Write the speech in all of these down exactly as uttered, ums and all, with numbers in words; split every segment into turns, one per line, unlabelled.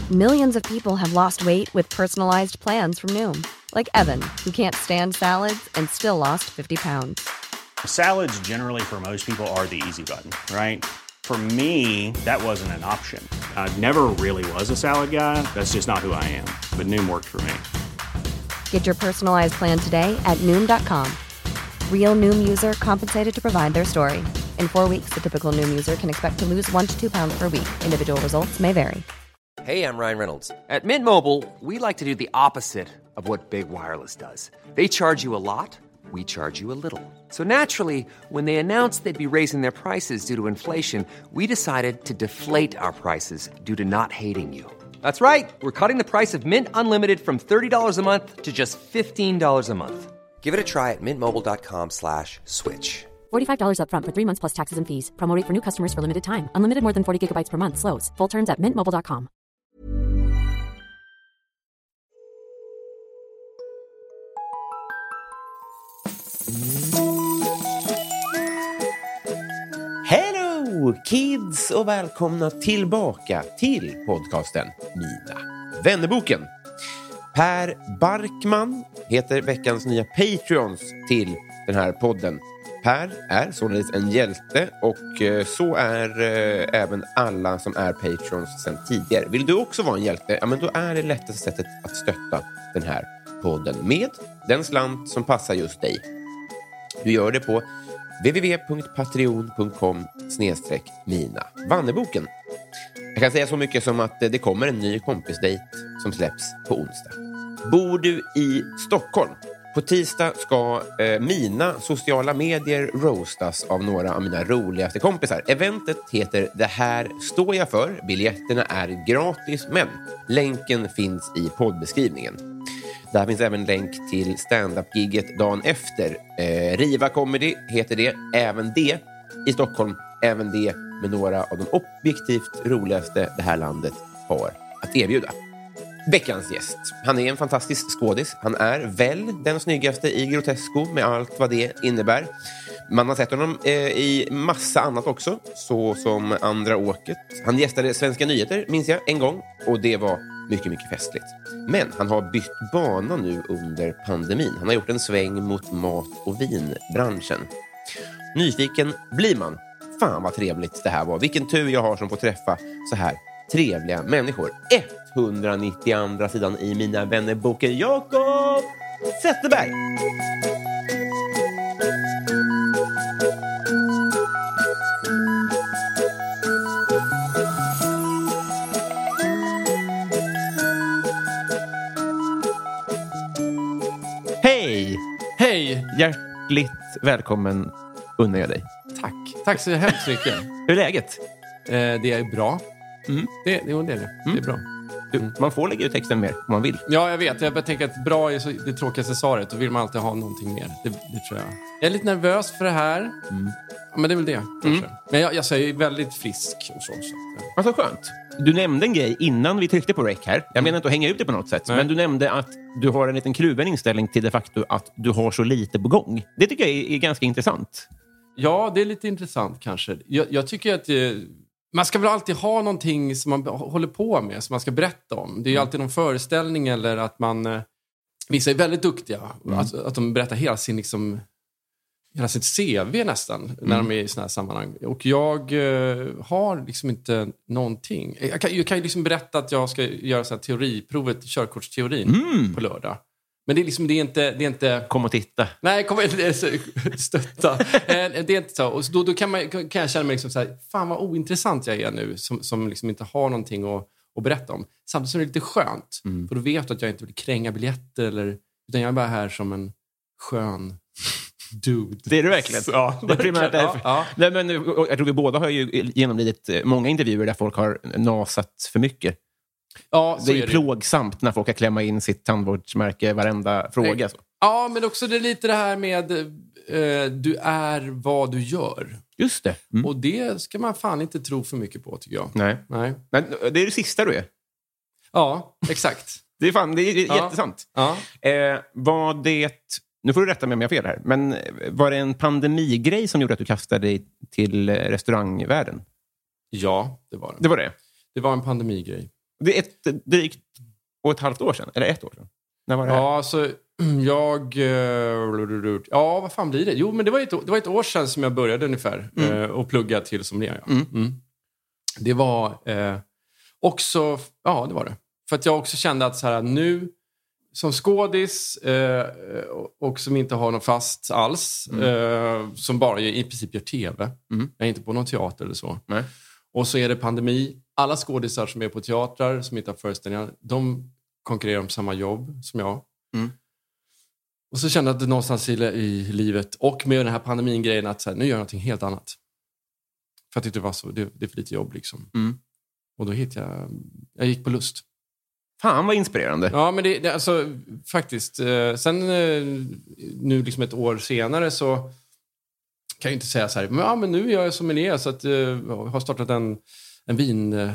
Millions of people have lost weight with personalized plans from Noom. Like Evan, who can't stand salads and still lost fifty pounds.
Salads generally for most people are the easy button, right? For me, that wasn't an option. I never really was a salad guy. That's just not who I am. But Noom worked for me.
Get your personalized plan today at Noom dot com. Real Noom user compensated to provide their story. In four weeks, the typical Noom user can expect to lose one to two pounds per week. Individual results may vary.
Hey, I'm Ryan Reynolds. At Mint Mobile, we like to do the opposite of what Big Wireless does. They charge you a lot, we charge you a little. So naturally, when they announced they'd be raising their prices due to inflation, we decided to deflate our prices due to not hating you. That's right. We're cutting the price of Mint Unlimited from thirty dollars a month to just fifteen dollars a month. Give it a try at mintmobile.com slash switch.
forty-five dollars up front for three months plus taxes and fees. Promo rate for new customers for limited time. Unlimited more than forty gigabytes per month. Slows full terms at mint mobile dot com.
Hello kids och välkomna tillbaka till podcasten Mina vännerboken. Per Barkman heter veckans nya Patreons till den här podden. Per är således en hjälte och så är eh, även alla som är Patreons sedan tidigare. Vill du också vara en hjälte? Ja, men då är det lättaste sättet att stötta den här podden med den slant som passar just dig. Du gör det på www punkt patreon punkt com snedstreck mina vanneboken. Jag kan säga så mycket som att det kommer en ny kompisdejt som släpps på onsdag. Bor du i Stockholm? På tisdag ska eh, mina sociala medier roastas av några av mina roligaste kompisar. Eventet heter Det här står jag för. Biljetterna är gratis, men länken finns i poddbeskrivningen. Där finns även länk till stand-up-gigget dagen efter. Eh, Riva Comedy heter det. Även det i Stockholm. Även det med några av de objektivt roligaste det här landet har att erbjuda. Veckans gäst. Han är en fantastisk skådis. Han är väl den snyggaste i Grotesco med allt vad det innebär. Man har sett honom eh, i massa annat också, så som Andra åket. Han gästade Svenska nyheter, minns jag, en gång. Och det var mycket, mycket festligt. Men han har bytt bana nu under pandemin. Han har gjort en sväng mot mat- och vinbranschen. Nyfiken blir man. Fan vad trevligt det här var. Vilken tur jag har som får träffa så här trevliga människor. etthundranittioandra sidan i Mina vännerboken. Jakob Zetterberg. Hej!
Hej!
Hjärtligt välkommen unnar jag dig.
Tack. Tack så hemskt mycket.
Hur är läget?
Eh, det är bra.
Mm.
Det, det, det är det. Mm. Det är bra.
Du, man får lägga ut texten mer om man vill.
Ja, jag vet. Jag bara tänker att bra är så, det tråkigaste svaret. Då vill man alltid ha någonting mer. Det, det tror jag. Jag är lite nervös för det här. Mm. Ja, men det är väl det, kanske. Mm. Men jag, jag är väldigt frisk och så. så.
Alltså skönt. Du nämnde en grej innan vi tryckte på rec här. Jag menar inte att hänga ut det på något sätt. Nej. Men du nämnde att du har en liten kluven inställning till det faktum att du har så lite på gång. Det tycker jag är, är ganska intressant.
Ja, det är lite intressant kanske. Jag, jag tycker att det, man ska väl alltid ha någonting som man håller på med, som man ska berätta om. Det är ju alltid någon föreställning eller att man... Vissa är väldigt duktiga. Mm. Att, att de berättar hela sin liksom... hela sitt C V nästan mm. när de är i såna här sammanhang. Och jag eh, har liksom inte någonting. Jag kan ju jag kan liksom berätta att jag ska göra så här teoriprovet, körkortsteorin
mm.
på lördag. Men det är liksom det är inte det är inte
kom och titta.
Nej, kom inte stötta. Det är inte så. Och då då kan man kan jag känna mig liksom så här, fan vad ointressant jag är nu som som liksom inte har någonting att att berätta om. Samtidigt som det är lite skönt. Mm. För då vet jag att jag inte vill kränga biljetter eller utan jag är bara här som en skön dude.
Det är det verkligen.
Ja,
det är primärt därför.
Ja, ja.
Nej, men jag tror vi båda har ju genomlidit många intervjuer där folk har nasat för mycket.
Ja,
det är ju
är
plågsamt när folk kan klämma in sitt tandvårdsmärke varenda fråga. Så.
Ja, men också det är lite det här med eh, du är vad du gör.
Just det. Mm.
Och det ska man fan inte tro för mycket på, tycker jag.
Nej.
Nej.
Men det är det sista du är.
Ja, exakt.
Det är fan, det är
ja.
jättesant.
Ja.
Eh, var det... Nu får du rätta mig om jag har fel här. Men var det en pandemigrej som gjorde att du kastade dig till restaurangvärlden?
Ja, det var det.
Det var det?
Det var en pandemigrej.
Det är ett drygt och ett halvt år sedan. Eller ett år sedan. När var det här?
Ja, alltså jag... eh, Ja, vad fan blir det? Jo, men det var ett, det var ett år sedan som jag började ungefär.
Mm.
eh, Och plugga till sommelier. Ja.
Mm.
Mm. Det var eh, också... Ja, det var det. För att jag också kände att så här, nu som skådis eh, och som inte har någon fast alls.
Mm.
Eh, som bara i princip gör tv.
Mm.
Jag är inte på någon teater eller så.
Nej.
Och så är det pandemi. Alla skådisar som är på teatrar, som inte har föreställningar, de konkurrerar om samma jobb som jag.
Mm.
Och så kände jag att det någonstans i, i livet och med den här pandemin-grejen att så här, nu gör jag någonting helt annat. För att det inte var så, det, det är för lite jobb liksom.
Mm.
Och då hittade jag, jag gick på lust.
Fan vad inspirerande.
Ja, men det, det alltså faktiskt. Eh, sen eh, nu liksom ett år senare så kan jag inte säga så här, men, ja, men nu är jag sommelier så att eh, jag har startat en, en vin... Eh,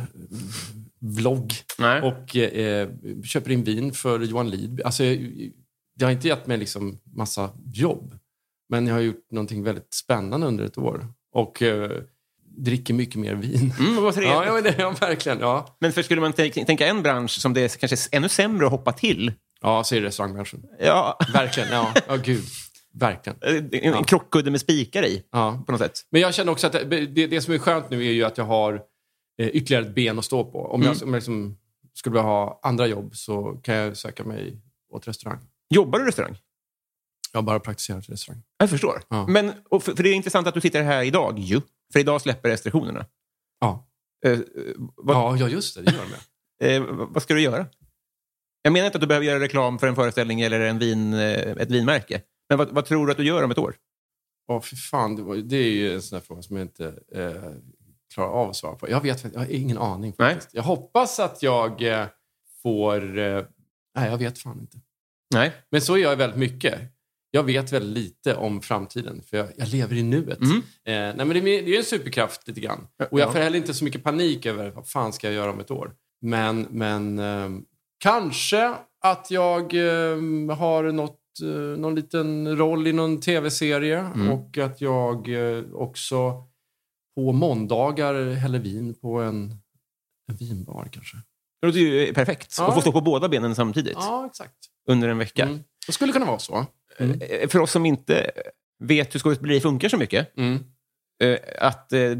vlogg
Nej.
och eh, köper in vin för Johan Lid. Alltså, det har inte gett mig liksom massa jobb. Men jag har gjort någonting väldigt spännande under ett år. Och eh, dricker mycket mer vin.
Mm, vad trevligt.
Ja, ja, men det, ja, verkligen. Ja.
Men för skulle man t- tänka en bransch som det är kanske ännu sämre att hoppa till?
Ja, så är det restaurangbranschen.
Ja.
Verkligen, ja. Ja, gud. Verkligen.
En, en
Ja.
krockkudde med spikar i,
Ja.
på något sätt.
Men jag känner också att det, det, det som är skönt nu är ju att jag har eh, ytterligare ett ben att stå på. Om
Mm.
jag, om jag liksom skulle vilja ha andra jobb så kan jag söka mig åt restaurang.
Jobbar du i restaurang?
Jag har bara praktiserat i restaurang.
Jag förstår.
Ja.
Men, och för, för det är intressant att du sitter här idag ju. För idag släpper restriktionerna.
Ja.
Eh, vad,
Ja, ja, just det. Det gör de.
eh, vad ska du göra? Jag menar inte att du behöver göra reklam för en föreställning eller en vin, eh, ett vinmärke. Men vad, vad tror du att du gör om ett år?
Ja, för fan. Det, var, det är ju en sån här fråga som jag inte eh, klarar av att svara på. Jag vet jag har ingen aning faktiskt. Jag hoppas att jag eh, får... Eh, nej, jag vet fan inte.
Nej.
Men så är jag väldigt mycket. Jag vet väldigt lite om framtiden. För jag, jag lever i nuet.
Mm.
Eh, nej, men det är, det är en superkraft lite grann. Och jag
Ja.
får heller inte så mycket panik över vad fan ska jag göra om ett år. Men, men eh, kanske att jag eh, har något, eh, någon liten roll i någon tv-serie.
Mm.
Och att jag eh, också på måndagar häller vin på en, en vinbar kanske.
Det låter ju perfekt.
Ja.
Att få stå på båda benen samtidigt.
Ja, exakt.
Under en vecka.
Mm. Det skulle kunna vara så. Mm.
Eh, För oss som inte vet hur skådespeleri funkar så mycket.
Mm.
eh, Att eh,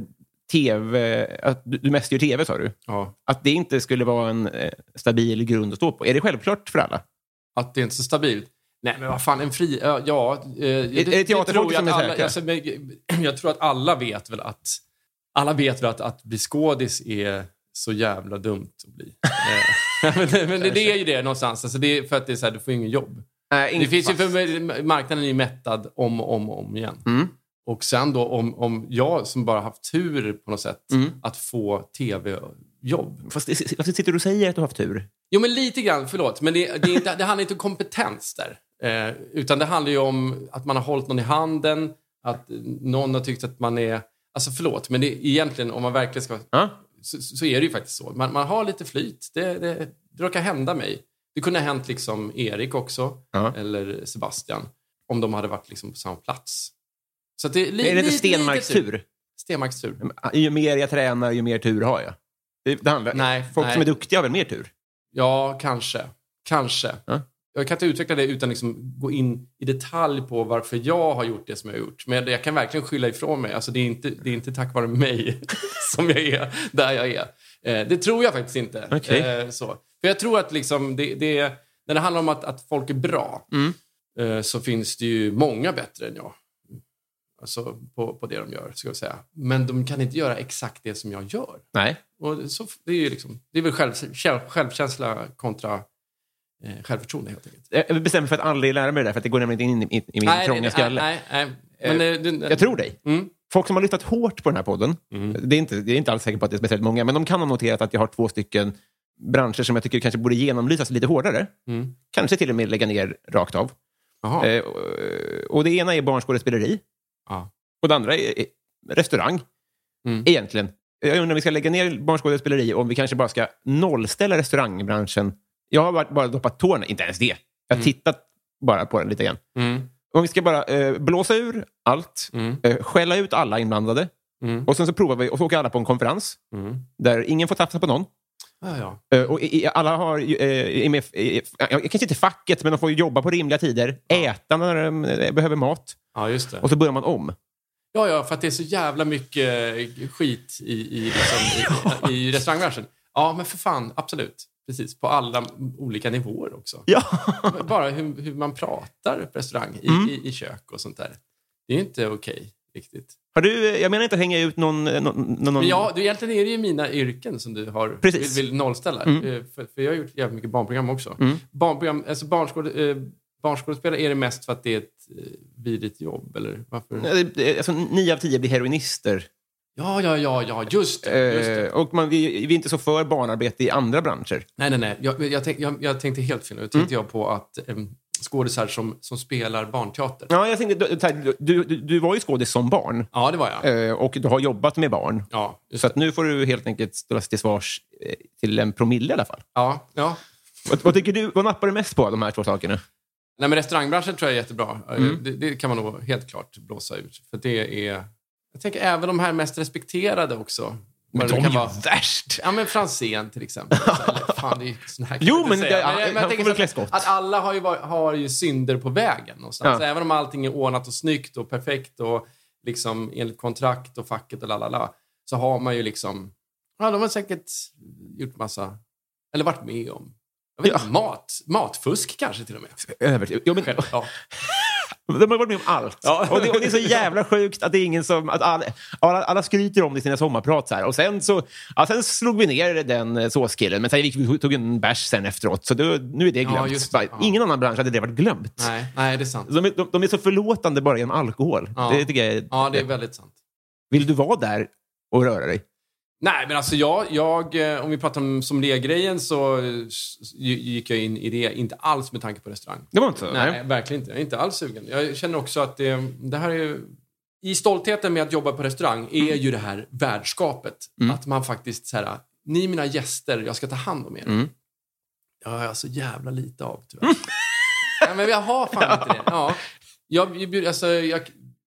tv, att du du mest gör tv, sa du.
Ja.
Att det inte skulle vara en eh, stabil grund att stå på. Är det självklart för alla?
Att det inte är så stabilt. Nej, men vad fan, en fri... Ja, ja eh, det,
är det teaterfolk som är
alla,
säkra?
alltså, men, jag tror att alla vet väl att... Alla vet väl att, att bli skådis är så jävla dumt att bli. Eh, men men det, det är ju det någonstans. Alltså, det är för att det är så här, du får ingen jobb.
Nej,
Det finns ju för marknaden är ju mättad om och om, och om igen.
Mm.
Och sen då om, om jag som bara haft tur på något sätt
Mm.
att få tv-jobb.
Fast det- varför sitter du och säger att du har haft tur?
Jo, men lite grann, förlåt. Men det, det, är inte, det handlar inte om kompetens där. Eh, utan det handlar ju om att man har hållit någon i handen. Att någon har tyckt att man är... Alltså förlåt, men det, egentligen om man verkligen ska...
Ja?
Så, så är det ju faktiskt så. Man, man har lite flyt. Det, det, det råkar hända mig. Det kunde ha hänt liksom Erik också.
Ja.
Eller Sebastian. Om de hade varit liksom på samma plats. Så att det är, li,
Är det inte
lite-
Stenmarks
lite
tur?
Stenmarks tur.
Ju mer jag tränar, ju mer tur har jag. Det, det handlar,
Nej,
folk
nej.
som är duktiga har väl mer tur?
Ja, kanske. Kanske.
Ja.
Jag kan inte utveckla det utan liksom gå in i detalj på varför jag har gjort det som jag har gjort. Men jag kan verkligen skylla ifrån mig. Alltså det är inte, det är inte tack vare mig som jag är där jag är. Eh, det tror jag faktiskt inte.
Okej.
Eh, så. För jag tror att liksom det, det, när det handlar om att, att folk är bra
Mm.
eh, så finns det ju många bättre än jag. Alltså på, på det de gör, ska jag säga. Men de kan inte göra exakt det som jag gör.
Nej.
Och så, det är ju liksom, det är väl själv, själv, självkänsla kontra eh, självförtroende helt enkelt.
Jag bestämmer för att aldrig lära mig det där, för att det går nämligen in i, i, i min
Nej,
trånga
nej,
skalle.
nej, nej. Men, eh, det-
Jag tror dig.
Mm.
Folk som har lyssnat hårt på den här podden,
Mm.
det, är inte, det är inte alls säkert på att det är speciellt många, men de kan ha noterat att jag har två stycken branscher som jag tycker kanske borde genomlysas lite hårdare.
Mm.
Kanske till och med lägga ner rakt av.
Jaha.
Eh, och, och det ena är barnskådespeleri.
Ja.
Och det andra är, är restaurang.
Mm.
Egentligen. Jag undrar om vi ska lägga ner barnskådespeleri och om vi kanske bara ska nollställa restaurangbranschen. Jag har bara, bara doppat tårna, inte ens det. Jag har
Mm.
tittat bara på den lite grann.
Mm.
Om vi ska bara eh, blåsa ur allt,
Mm.
eh, skälla ut alla inblandade
Mm.
och sen så provar vi och så åker alla på en konferens
Mm.
där ingen får tafsa på någon.
Ja, ja.
Uh, och i, alla har uh, är med, uh, kanske inte facket, men de får jobba på rimliga tider. Ja. Äta när de uh, behöver mat.
Ja, just det.
Och så börjar man om.
Ja, ja, för att det är så jävla mycket skit i, i, liksom, i, i restaurangbranschen. Ja, men för fan, absolut. Precis, på alla olika nivåer också.
Ja.
Bara hur, hur man pratar på restaurang i, mm. i, i kök och sånt där. Det är inte okej, okay, riktigt.
Har du, jag menar inte att hänga ut någon... någon, någon... Men
ja, du, egentligen är det ju mina yrken som du har vill, vill nollställa. Mm. För, för jag har gjort jävligt mycket barnprogram också. Mm. Barnprogram, alltså barnskåd, eh, barnskådespelare är det mest för att det är ett eh, vidrigt jobb, eller varför?
Alltså, nio av tio blir heroinister.
Ja, ja, ja, ja, just det. Just det.
Eh, och man, vi, vi är inte så för barnarbete i andra branscher.
Nej, nej, nej. Jag, jag, tänk, jag, jag tänkte helt fel. Jag tänkte mm. jag på att um, skådisar som, som spelar barnteater.
Ja, jag tänkte, du, du, du var ju skådis som barn.
Ja, det var jag.
Eh, och du har jobbat med barn.
Ja,
så att nu får du helt enkelt ställas till svars eh, till en promille i alla fall.
Ja, ja.
Vad, vad tycker du, vad nappar du mest på de här två sakerna?
Nej, men restaurangbranschen tror jag är jättebra. Mm. Det, det kan man nog helt klart blåsa ut. För det är... Jag tänker även de här mest respekterade också.
Men de
kan
är ju
vara
värst.
Ja, men Franzén till exempel. Eller, fan, det är sån här
jo, men, det,
men, jag, men jag tänker
så att,
att alla har ju, har ju synder på vägen någonstans. Ja. Även om allting är ordnat och snyggt och perfekt och liksom enligt kontrakt och facket och lalala, så har man ju liksom... Ja, de har säkert gjort massa... Eller varit med om... Jag vet, ja. mat, matfusk kanske till och med.
Övertid. Jo, men...
Ja.
De har varit med om allt.
Ja.
Och, det, och det är så jävla sjukt att det är ingen som... Att alla, alla, alla skryter om det i sina sommarprat. Så här. Och sen, så, ja, sen slog vi ner den såskillen. Men sen gick vi tog en bärs sen efteråt. Så då, nu är det glömt. Ja, just det. Ja. Ingen annan bransch hade det varit glömt.
Nej, nej, det är sant.
De, de, de är så förlåtande bara genom alkohol.
Ja.
Det tycker jag är,
ja, det är väldigt sant.
Vill du vara där och röra dig?
Nej, men alltså jag, jag om vi pratar om sommeliergrejen så gick jag in i det inte alls med tanke på restaurang.
Det var inte så?
Nej,
nej.
Verkligen inte. Jag är inte alls sugen. Jag känner också att det, det här är... I stoltheten med att jobba på restaurang är mm. ju det här värdskapet. Mm. Att man faktiskt så här, ni är mina gäster, jag ska ta hand om er. Mm. Jag har så jävla lite av, tyvärr. Mm. Ja, men jag har fan inte det. Ja. Jag, jag, alltså, jag,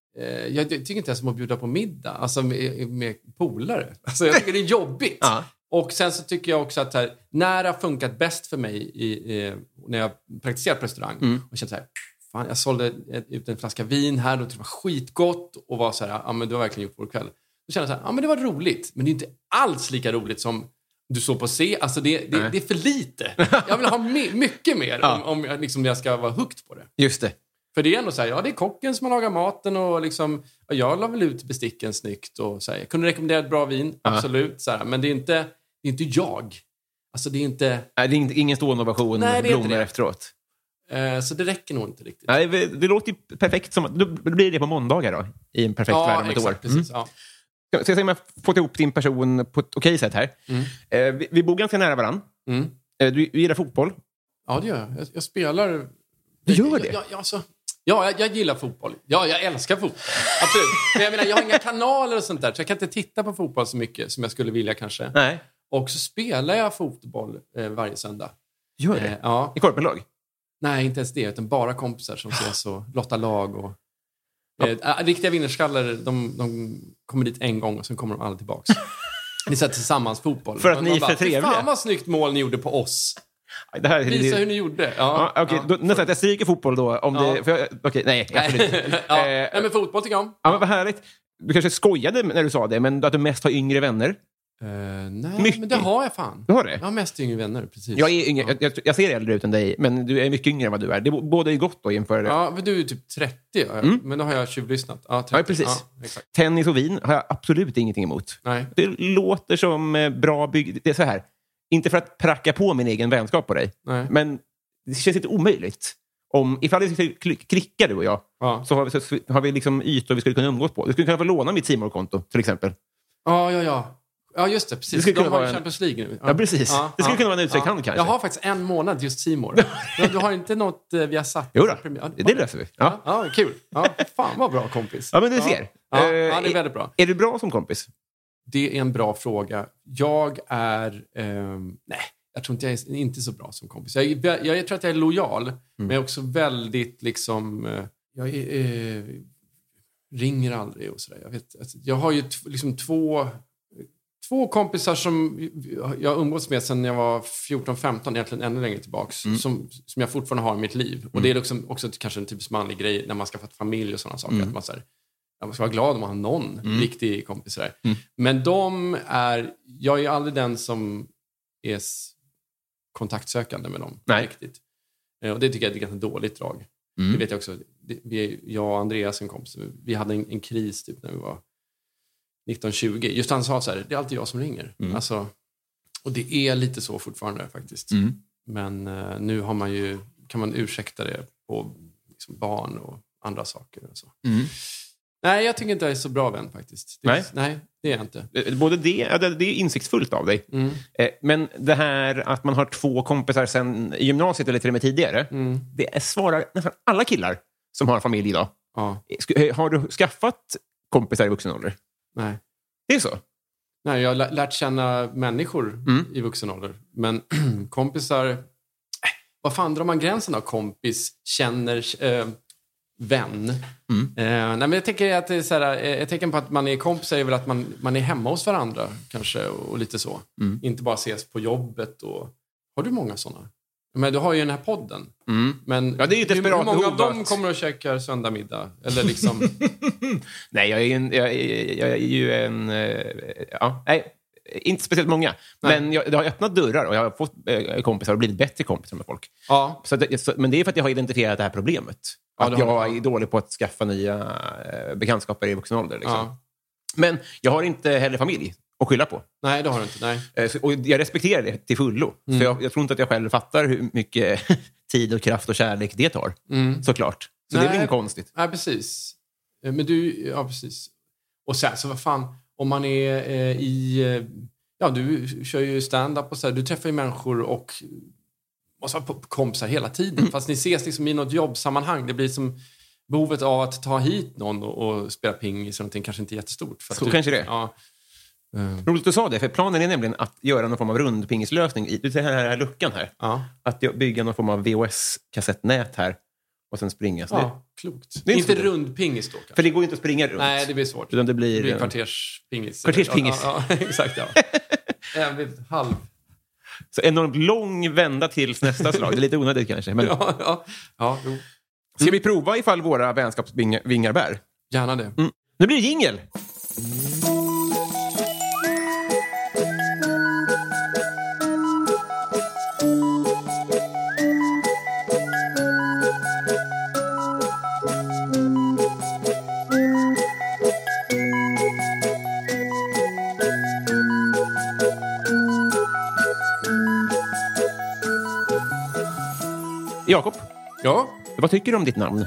jag tycker inte ens om att bjuda på middag. Alltså med, med polare. Alltså jag tycker det är jobbigt. Ja. Och sen så tycker jag också att här, när det har funkat bäst för mig i, i, när jag praktiserat på restaurang mm. och känt så här, fan, jag sålde ut en flaska vin här och det var skitgott och var så här, ja men det var verkligen gjort på kväll. Då kände jag så här, ja men det var roligt, men det är inte alls lika roligt som du såg på C. Alltså det, det, det är för lite. Jag vill ha me- mycket mer ja. om, om jag, liksom, jag ska vara hooked på det.
Just det.
För det är ändå så här, ja det är kocken som har lagat maten och liksom, ja, jag la väl ut besticken snyggt och så här, jag kunde rekommendera ett bra vin, ja. absolut, så här, men det är inte, det är inte jag. Alltså det är inte... Nej,
det är ingen stor innovation med blommor efteråt.
Uh, så det räcker nog inte riktigt.
Nej, det låter ju perfekt som, då blir det på måndagar då, i en perfekt
ja,
värld om ett
exakt,
år.
Precis,
mm.
ja.
Så jag säger om jag fått ihop din person på ett okej sätt här. Mm. Uh, vi, vi bor ganska nära varann. Mm. Uh, du, du gillar fotboll?
Ja, det gör jag. Jag, jag spelar...
Du gör det?
Jag, jag, alltså... Ja, jag, jag gillar fotboll. Ja, jag älskar fotboll. Absolut. Men jag menar, jag har inga kanaler och sånt där. Så jag kan inte titta på fotboll så mycket som jag skulle vilja kanske.
Nej.
Och så spelar jag fotboll eh, varje söndag.
Gör det?
Eh, ja.
I korpenlag?
Nej, inte ens det. Utan bara kompisar som ses och lottar lag. Och, eh, ja. Riktiga vinnarskallar, de, de kommer dit en gång och sen kommer de alla tillbaks. Ni sätter tillsammans fotboll.
För att ni är för trevliga?
Fan vad snyggt mål ni gjorde på oss.
Det här,
Visa det, hur ni gjorde. Ja,
ja, okej, okay. ja. Nästan att jag stryker fotboll då. Om ja. det, för jag, okay, nej, absolut inte.
ja. eh, nej, men fotboll tycker jag om.
Ja, men vad härligt. Du kanske skojade när du sa det, men att du mest har yngre vänner.
Uh, nej, mycket. Men det har jag fan.
Du har det?
Jag har mest yngre vänner, precis.
Jag, är yngre, ja. jag, jag ser äldre ut än dig, men du är mycket yngre än vad du är. Det är både är gott då inför det.
Ja, men du är typ trettio, mm. men då har jag tjuvlyssnat. Ja, trettio.
Ja, precis. Ja, exakt. Tennis och vin har jag absolut ingenting emot.
Nej.
Det låter som bra bygg... Det är så här. Inte för att pracka på min egen vänskap på dig. Nej. Men det känns inte omöjligt. Om, ifall det klickar du och jag ja. så, har vi, så har vi liksom ytor vi skulle kunna umgås på. Du skulle kunna få låna mitt Simor-konto till exempel.
Ja, ja, ja. Ja, just det. Precis.
Det
De har ju
en...
Champions League nu.
Ja, ja precis. Ja, det skulle ja, kunna vara en utsträckt ja. hand kanske.
Jag har faktiskt en månad just Simor. Du har inte något uh, vi har satt.
Jo då, ja, det, det löser vi. Ja,
ja kul. Ja, fan vad bra kompis.
Ja, men du ser.
Ja, uh, ja det är väldigt bra.
Är, är du bra som kompis?
Det är en bra fråga. Jag är... Um, nej. Jag tror inte jag är inte så bra som kompis. Jag, jag, jag tror att jag är lojal. Mm. Men jag är också väldigt liksom... Jag är, eh, ringer aldrig och sådär. Jag, vet, alltså, jag har ju t- liksom två, två kompisar som jag umgås med sedan jag var fjorton femton, egentligen ännu längre tillbaks, mm. som, som jag fortfarande har i mitt liv. Mm. Och det är liksom också kanske en typisk manlig grej när man ska få familj och sådana saker. Mm. Att man, så här, man ska vara glad om man har någon mm. riktig kompis. Där. Mm. Men de är, jag är aldrig den som är kontaktsökande med dem.
Nej.
Riktigt. Och det tycker jag är ett ganska dåligt drag. Mm. Det vet jag också. Vi, jag och Andreas, en kompis, vi hade en, en kris typ när vi var nitton tjugo. Just han sa så här, det är alltid jag som ringer. Mm. Alltså, och det är lite så fortfarande faktiskt. Mm. Men uh, nu har man ju, kan man ursäkta det på liksom, barn och andra saker. Och så. Mm. Nej, jag tycker inte jag är så bra vän faktiskt. Det, nej. nej, det är jag inte.
Både det, det är insiktsfullt av dig. Mm. Men det här att man har två kompisar sen i gymnasiet eller till och med tidigare, mm. det svarar nästan alla killar som har familj idag. Ja. Har du skaffat kompisar i vuxen ålder?
Nej.
Det är så?
Nej, jag har lärt känna människor mm. i vuxen ålder. Men kompisar... Äh, vad fan drar man gränsen då? Kompis, känner, äh, vän. Mm. Äh, nej, men jag tänker att det är så här, ett tecken på att man är kompisar är väl att man, man är hemma hos varandra kanske och, och lite så. Mm. Inte bara ses på jobbet. Och... Har du många sådana? Men du har ju den här podden. Mm. Men
ja, det är ju hur,
hur många av dem kommer och käkar söndag middag? Eller liksom...
nej, jag är, en, jag, är, jag är ju en... Ja, nej, inte speciellt många. Nej. Men jag, det har öppnat dörrar och jag har fått äh, kompisar och blivit bättre kompisar med folk. Ja. Så det, så, men det är för att jag har identifierat det här problemet. Ja, att jag är dålig på att skaffa nya äh, bekantskaper i vuxen ålder. Liksom. Ja. Men jag har inte heller familj att skylla på.
Nej, det har du inte. Nej.
Och jag respekterar det till fullo. Mm. För jag, jag tror inte att jag själv fattar hur mycket tid och kraft och kärlek det tar. Mm. Såklart. Så nej, det är väl inte konstigt.
Nej, precis. Men du, ja precis. Och sen, så vad fan, om man är eh, i... Eh, ja, du kör ju stand-up och så här. Du träffar ju människor och måste vara kompisar hela tiden. Mm. Fast ni ses liksom i något jobbsammanhang. Det blir som... Behovet av att ta hit någon och, och spela pingis eller någonting kanske inte är jättestort. För
så
du,
kanske det.
Ja.
Mm. Roligt att du sa det, för planen är nämligen att göra någon form av rundpingislösning i den här, här luckan här. Ja. Att bygga någon form av V H S-kassettnät här och sen springa. Så
ja,
det,
klokt. Det är inte rundpingis då kanske.
För det går inte att springa runt.
Nej, det blir svårt.
Utan det blir,
det blir kvarterspingis.
Kvarterspingis.
Ja, ja, exakt, ja. En bit halv.
Så enormt lång vända till nästa slag. Det är lite onödigt kanske. Men...
ja, ja. ja jo.
Ska vi prova ifall våra vänskapsvingar bär?
Gärna det.
Mm. Nu blir det jingle! Jakob?
Ja?
Vad tycker du om ditt namn?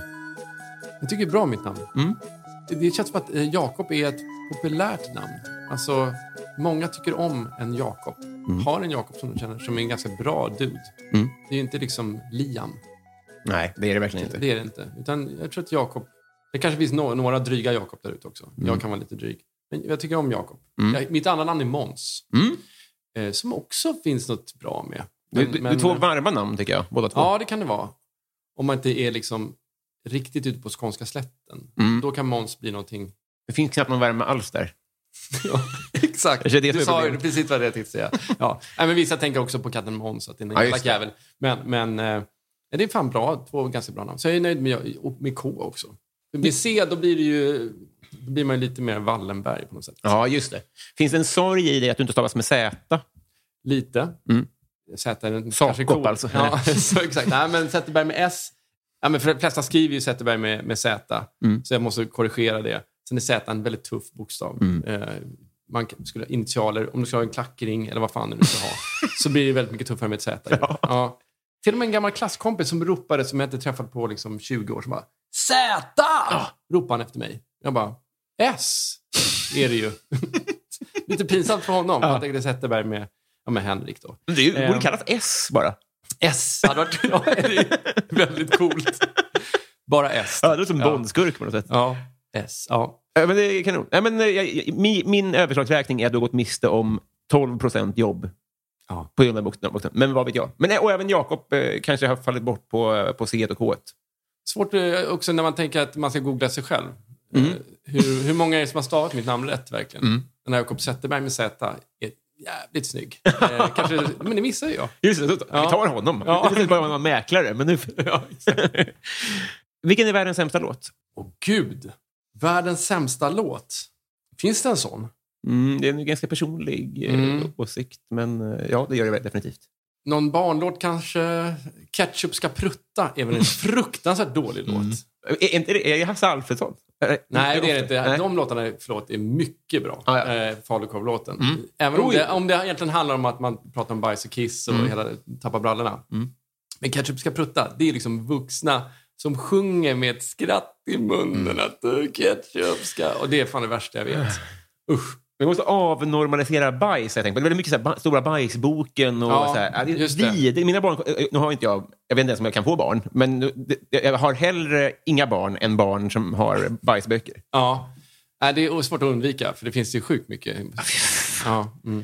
Jag tycker bra om mitt namn. Mm. Det, det känns som att eh, Jakob är ett populärt namn. Alltså, många tycker om en Jakob. Mm. Har en Jakob som de känner som är en ganska bra dude. Mm. Det är ju inte liksom Liam.
Nej, det är det verkligen inte.
Det är det inte. Utan jag tror att Jakob... Det kanske finns no- några dryga Jakob där ute också. Mm. Jag kan vara lite dryg. Men jag tycker om Jakob. Mm. Mitt andra namn är Måns. Mm. Eh, som också finns något bra med.
Men, du, du, men, du två varma namn tycker jag, båda två.
Ja, det kan det vara. Om man inte är liksom riktigt ute på skånska slätten. Mm. Då kan Måns bli någonting...
Det finns knappt någon värme alls där.
Ja, exakt.
Det
du sa ju precis vad det tänkte säga. Ja. Nej, men vissa tänker också på katten Måns, att det är en ja, jävla jävel. Men, men eh, det är fan bra, två ganska bra namn. Så jag är nöjd med, med K också. Med C, då blir det ju... Då blir man lite mer Wallenberg på något sätt.
Ja, just det. Finns det en sorg i det att du inte stavas med Z?
Lite. Mm. Z är en
Sakopp cool. Alltså.
Ja, så exakt. Nej, men Zetterberg med S. Ja, men för de flesta skriver ju Zetterberg med, med Z. Mm. Så jag måste korrigera det. Sen är Z en väldigt tuff bokstav. Mm. Eh, man skulle initialer, om du ska ha en klackring eller vad fan du ska ha, så blir det väldigt mycket tuffare med ett Z. Ja. Ja. Till och med en gammal klasskompis som ropade, som jag inte träffat på liksom tjugo år, som bara Z! Ja. Ropade han efter mig. Jag bara, S är det ju. Lite pinsamt för honom. Ja. Jag tänkte Zetterberg med, ja, med Henrik då.
Det är, borde um, kallas S bara.
S hade varit ja, det är väldigt coolt. Bara S.
Ja, det är som ja. Bondskurk på något sätt.
Ja, S. Ja.
Men det är kanon. Ja, men jag, min, min överslagsräkning är att du har gått miste om tolv procent jobb. Ja. På grund av bokstäver. Men vad vet jag. Men och även Jakob eh, kanske har fallit bort på, på C och K ett.
Svårt eh, också när man tänker att man ska googla sig själv. Mm. Eh, hur, hur många är det som har stavat mitt namn rätt verkligen? Mm. när Jakob Zetterberg med Z är jävligt snygg. Eh, kanske, men det missar jag.
Just det, vi tar honom. Ja. Det är bara någon mäklare. Men nu... ja, vilken är världens sämsta låt?
Åh gud. Världens sämsta låt. Finns det en sån?
Mm, det är en ganska personlig mm. eh, åsikt. Men eh, ja, det gör det definitivt.
Någon barnlåt kanske. Ketchup ska prutta är väl en fruktansvärt dålig mm. låt.
Är, inte det, är det Hasse Alfredson?
Nej, det är det inte. Nej. De låtarna förlåt, är mycket bra. Ah, ja. eh, Falukorv-låten. Mm. Även om det, om det egentligen handlar om att man pratar om bajs och kiss och mm. hela tappa brallorna. Mm. Men Ketchup ska prutta, det är liksom vuxna som sjunger med ett skratt i munnen mm. att uh, ketchup ska... Och det är fan det värsta jag vet. Usch.
Vi måste avnormalisera bajs, jag tänker. Det är väldigt mycket så här, stora bajsboken och
ja,
så här. Det är
just det.
Vid, mina barn, nu har inte jag, jag vet inte ens om jag kan få barn, men det, jag har hellre inga barn än barn som har bajsböcker.
Ja, det är svårt att undvika, för det finns ju sjukt mycket. Ja, mm.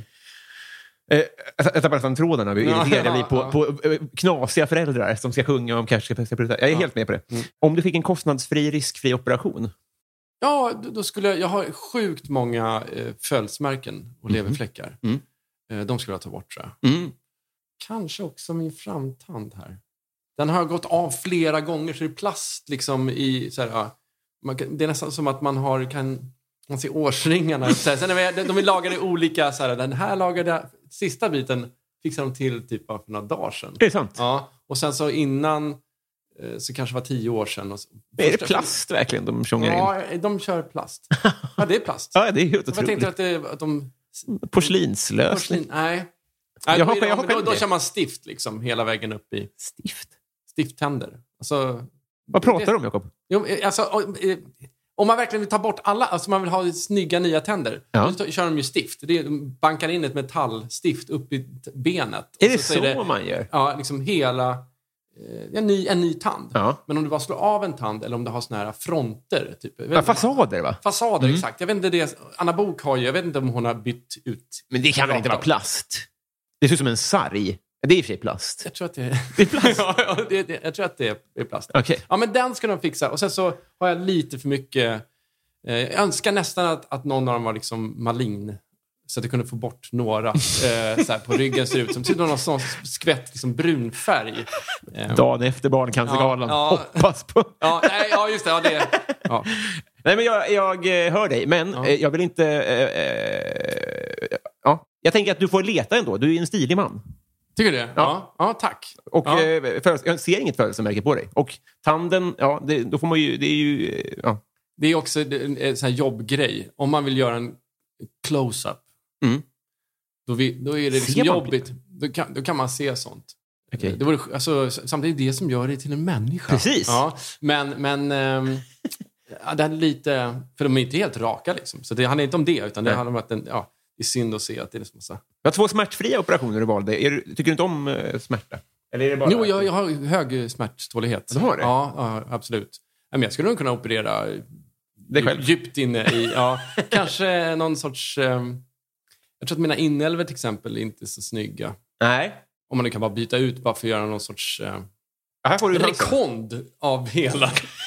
Jag tar bara fram trådarna. Vi irriterar vi på, på knasiga föräldrar som ska sjunga om kanske ska pruta. Jag är ja. helt med på det. Mm. Om du fick en kostnadsfri, riskfri operation?
Ja, då skulle jag... Jag har sjukt många eh, följsmärken och mm. leverfläckar. Mm. Eh, de skulle jag ta bort, tror jag. Mm. Kanske också min framtand här. Den har gått av flera gånger, så det är plast liksom i... Så här, ja, man kan, det är nästan som att man har... Kan, man ser årsringarna. Så här, sen är vi, de är lagade olika... Så här, den här lagade... Sista biten fixade de till typ för några dagar sedan.
Det är sant.
Ja, och sen så innan... Så kanske var tio år sedan. Och så,
är det plast verkligen de tjongar in?
Ja, de kör plast. Ja, det är plast.
Ja, det är helt
otroligt. Jag tänkte att, det, att de...
Porslinslös.
Porslin, nej.
nej jag har,
då,
jag har
då, då kör man stift liksom hela vägen upp i...
Stift?
Stifttänder. Alltså,
vad pratar du om, Jakob?
Jo, alltså... Om man verkligen vill ta bort alla, alltså man vill ha snygga nya tänder, ja. Då kör de ju stift. Det är, de bankar in ett metallstift upp i benet.
Är det så, så är det, man gör?
Ja, liksom hela... Eh, en, ny, en ny tand. Ja. Men om du bara slår av en tand eller om du har såna här fronter. Typ,
ja, fasader, va?
Fasader, mm. exakt. Jag vet inte det. Anna Bok har ju, jag vet inte om hon har bytt ut.
Men det kan väl inte vara plast? Det ser ut som en sarg. Det är i och för sig plast.
Jag tror att det är,
det är plast.
ja, det, det, jag tror att det är plast.
Okay.
Ja, men den ska de fixa. Och sen så har jag lite för mycket... Eh, jag önskar nästan att, att någon av dem var liksom malign. Så att jag kunde få bort några. Eh, så här, på ryggen ser det ut som... Ser du någon sån skvätt liksom, brun färg?
Eh, Dagen efter Barncancergalan. Ja, ja, hoppas på.
ja, nej, ja, just det. Ja, det ja.
Nej, men jag, jag hör dig. Men ja. jag vill inte... Eh, eh, ja. Jag tänker att du får leta ändå. Du är en stilig man.
Tycker du det? Ja, ja, tack.
Och
ja.
Eh, för, jag ser inget födelsemärke på dig. Och tanden, ja, det, då får man ju... Det är ju... Ja.
Det är också en, en sån här jobbgrej. Om man vill göra en close-up, mm. då, vi, då är det liksom jobbigt. Då kan, då kan man se sånt. Okay. Det var, alltså, samtidigt det som gör det till en människa.
Precis.
Ja, men men ähm, ja, det är lite... För de är inte helt raka liksom. Så det handlar inte om det, utan det Nej. handlar om att den... Ja, det är synd att se att det är liksom så.
Jag har två smärtfria operationer du valde. Är du, tycker du inte om uh, smärta? Eller är det bara...
Jo, jag, jag har hög smärttålighet.
Du har det?
Ja, ja absolut. Men jag skulle nog kunna operera
det själv.
Djupt inne i... Ja, kanske någon sorts... Um, jag tror att mina inälvor till exempel är inte så snygga.
Nej.
Om man nu kan bara byta ut bara för att göra någon sorts... Uh,
här får du
rekond av hela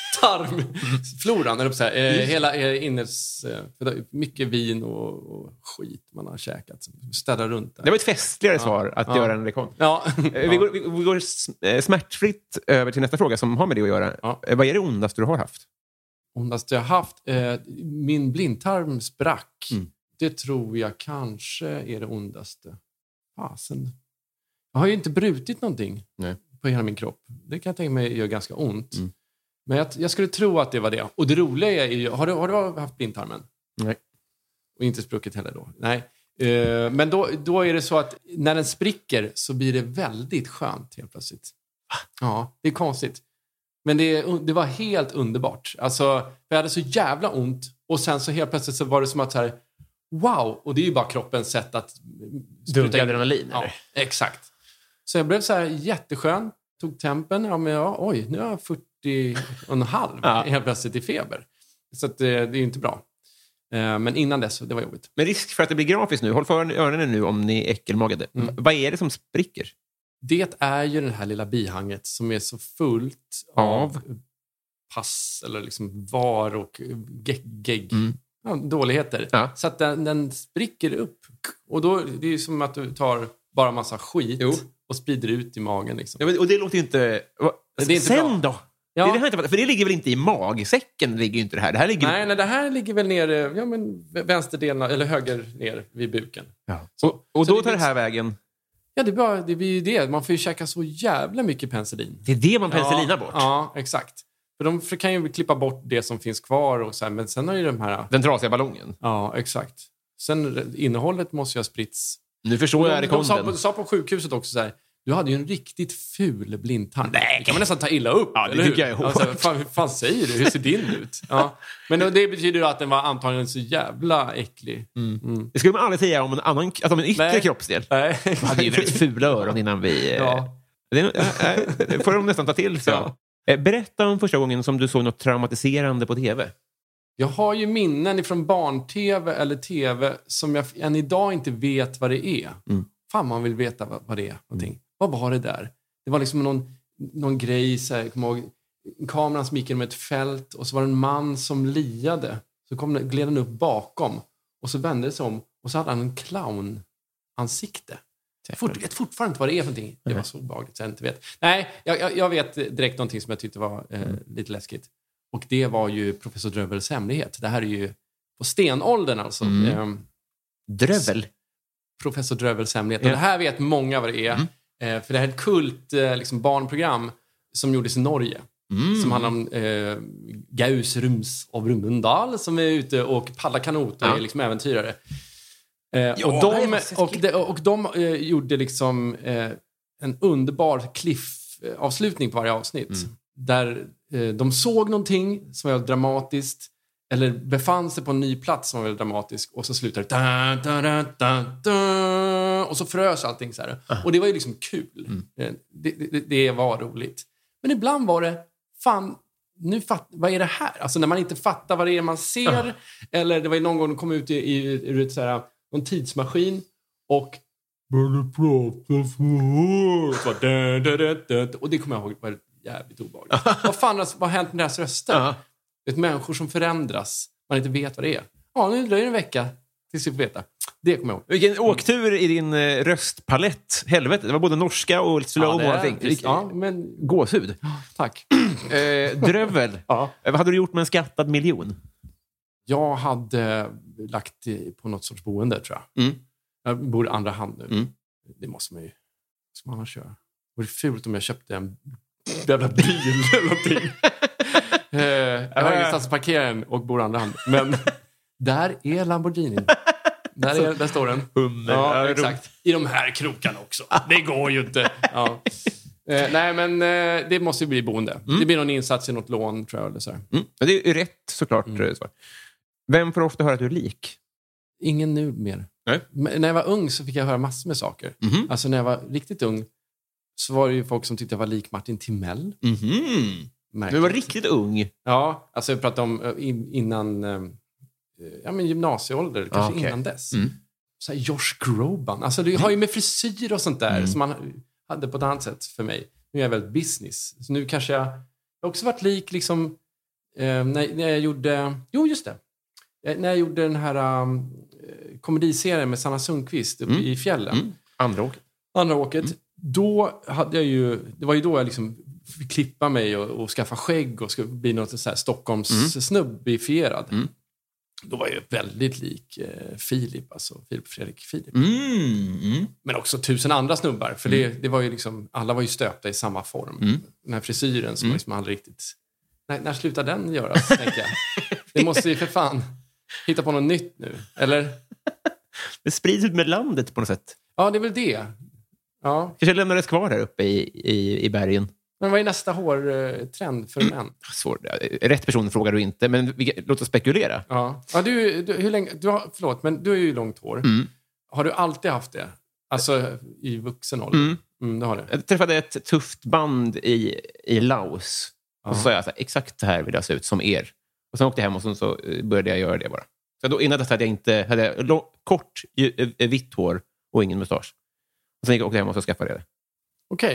tarmfloran. Eller så här, eh, hela eh, innes... Eh, mycket vin och, och skit man har käkat. Städar runt där.
Det var ett festligare ja. svar att ja. göra en rekond.
Ja.
vi, går, vi, vi går smärtfritt över till nästa fråga som har med det att göra. Ja. Vad är det ondaste du har haft?
Ondaste jag har haft? Eh, min blindtarm sprack. Mm. Det tror jag kanske är det ondaste. Fasen. Jag har ju inte brutit någonting. Nej. På hela min kropp. Det kan jag tänka mig gör ganska ont. Mm. Men jag, jag skulle tro att det var det. Och det roliga är ju... Har du, har du haft blindtarmen?
Nej.
Och inte spruckit heller då? Nej. Uh, men då, då är det så att när den spricker så blir det väldigt skönt helt plötsligt. Ja, det är konstigt. Men det, det var helt underbart. Alltså, jag hade så jävla ont. Och sen så helt plötsligt så var det som att så här... Wow! Och det är ju bara kroppens sätt att...
Dunka adrenalin,
ja,
eller?
Exakt. Så jag blev så här jätteskön. Tog tempen. Ja, men ja, oj, nu har jag fyrtio och en halv ja. helt plötsligt i feber. Så att, det, det är ju inte bra. Eh, men innan dess, det var jobbigt.
Men risk för att det blir grafiskt nu. Håll för öronen nu om ni är äckelmagade. Mm. Vad är det som spricker?
Det är ju det här lilla bihanget som är så fullt av, av pass eller liksom var och gegg. Mm. ja, dåligheter.
Ja.
Så att den, den spricker upp. Och då det är ju som att du tar bara massa skit
Jo.
och sprider ut i magen. Liksom.
Ja, men, och det låter ju inte...
Det är inte
Sen
bra.
då?
Ja.
Det är det här inte, för det ligger väl inte i magsäcken? Ligger ju inte det här. Det här ligger...
Nej, nej, det här ligger väl ner, ja, men vänsterdelen, eller höger ner vid buken.
Ja.
Så,
Och, och
så
då
det
tar det
blir-
här vägen...
Ja, det, bara, det blir ju det. Man får ju käka så jävla mycket penicillin.
Det är det man penicillinar
ja,
bort.
Ja, exakt. För de kan ju klippa bort det som finns kvar. Och så här, men sen har ju de här...
Den trasiga ballongen.
Ja, exakt. Sen innehållet måste ju ha spritts.
Nu förstår jag
de, de sa,
rekonden.
sa på sjukhuset också så här, du hade ju en riktigt ful blindtarm. Nej, kan man nästan ta illa upp.
Ja, det
eller
tycker
hur?
jag är hårt.
Alltså, fan, hur fan säger du? Hur ser din ut? Ja. Men det betyder ju att den var antagligen så jävla äcklig. Mm.
Det skulle man aldrig säga om en annan, alltså om en yttre
Nej.
kroppsdel.
Nej.
Vi hade ju väldigt fula öron innan vi... eh,
Ja.
Det, är- äh, äh, det får de nästan ta till sig.
Ja.
Eh, Berätta om första gången som du såg något traumatiserande på tv.
Jag har ju minnen från barn-tv eller tv som jag än idag inte vet vad det är.
Mm.
Fan, man vill veta vad, vad det är. Någonting. Vad var det där? Det var liksom någon, någon grej, så här, jag kommer ihåg, kameran som gick genom ett fält och så var det en man som liade. Så kom, den- gled den upp bakom och så vände det sig om och så hade han en clown-ansikte. Jag fort, vet fortfarande inte vad det är för någonting. Det var så obehagligt så jag inte vet. Nej, jag, jag, jag vet direkt någonting som jag tyckte var eh, lite läskigt. Och det var ju Professor Drövels hemlighet. Det här är ju på stenåldern alltså.
Mm.
Eh,
Drövel.
Professor Drövels hemlighet.
Ja.
Och det här vet många vad det är.
Mm.
Eh, för det här är ett kult eh, liksom barnprogram som gjordes i Norge.
Mm.
Som handlar om eh, Gaus Rums av Rumundal som är ute och paddlar kanot och
Ja.
är liksom äventyrare. Eh,
Ja,
och
det
de,
var så
och de, och de eh, gjorde liksom eh, en underbar cliff-avslutning på varje avsnitt.
Mm.
Där eh, de såg någonting som var dramatiskt eller befann sig på en ny plats som var väldigt dramatisk och så slutar det da, da, da, da, da, och så frös allting så här.
Uh.
Och det var ju liksom kul.
Mm.
Eh, Det, det, det var roligt. Men ibland var det fan, nu fatt, vad är det här? Alltså när man inte fattar vad det är man ser.
Uh.
Eller det var ju någon gång de kom ut i, i, ur ett så här, någon tidsmaskin och började prata så. Så var, da, da, da, da, och det kommer jag ihåg var jävligt obehagligt. Vad fan alltså, vad har hänt med deras röster?
Ja.
Ett människor som förändras. Man inte vet vad det är. Ja, nu dröjer det en vecka tills vi får veta. Det kommer jag ihåg.
Vilken åktur i din eh, röstpalett. Helvete, det var både norska och slow
det
och
är-
allting.
precis. Ja, men
Gåshud.
tack.
Eh, drövel.
Ja.
Eh, Vad hade du gjort med en skattad miljon?
Jag hade lagt i- på något sorts boende, tror jag.
Mm.
Jag bor i andra hand nu.
Mm.
Det måste man ju... Ska man annars köra? Det vore fult om jag köpte en jävla bil eller någonting. Eh, jag har ingenstans att parkera den och bor i andra hand. Men där är Lamborghini. Där, är, där står den.
Hummer.
Ja,
Ja,
exakt. I de här krokarna också. Det går ju inte. Ja. Eh, nej, men eh, det måste ju bli boende. Det blir någon insats i något lån, tror jag. Eller så här.
Mm. Men det är ju rätt såklart.
Mm.
eh, svar. Vem får ofta höra att du är lik?
Ingen nu mer.
Nej.
Men när jag var ung så fick jag höra massor med saker.
Mhm.
Alltså när jag var riktigt ung så var det ju folk som tyckte jag var lik Martin Timell.
Mhm.
Märkligt.
Du var riktigt ung.
Ja, alltså jag pratade om eh, in, innan eh, ja, men gymnasieålder, kanske
Ah, okej.
innan dess.
Mm.
Så här Josh Groban. Alltså det har ju med frisyr och sånt där
Mm.
som man hade på ett annat sätt för mig. Nu är jag väldigt business. Så nu kanske jag... Jag har också varit lik liksom... Eh, när, när jag gjorde... Jo, just det. Eh, när jag gjorde den här um, komediserien med Sanna Sundqvist uppe
Mm.
i fjällen.
Mm. Andra åket.
Andra åket. Då hade jag ju... Det var ju då jag liksom fick klippa mig och, och skaffa skägg och skulle bli något så här Stockholms
Mm.
snubbifierad.
Mm.
Då var jag väldigt lik eh, Filip, alltså Filip Fredrik Filip.
Mm. Mm.
Men också tusen andra snubbar. För det, det var ju liksom, alla var ju stöpta i samma form.
Mm.
Den här frisyren som
Mm.
liksom aldrig riktigt... När, när slutar den göras, tänker jag. Det måste ju för fan hitta på något nytt nu. Eller?
Det sprids ut med landet på något sätt.
Ja, det är väl det. Ja.
Kanske lämnades kvar här uppe i, i, i bergen.
Men vad är nästa hårtrend för män?
Svår. Rätt person frågar du inte, men vi, låt oss spekulera.
Ja, ja du, du, hur länge... Du har, förlåt, men du har ju långt hår.
Mm.
Har du alltid haft det? Alltså i vuxen ålder?
Mm.
Mm, det har du.
Jag träffade ett tufft band i, i Laos. Och så
Ja.
sa jag så här, exakt så här vill jag se ut som er. Och sen åkte jag hem och så, så började jag göra det bara. Så då, innan dess hade jag inte hade jag lång, kort ju, eh, vitt hår och ingen mustasch. Och sen gick jag åkte hem och så skaffade jag det.
Okej.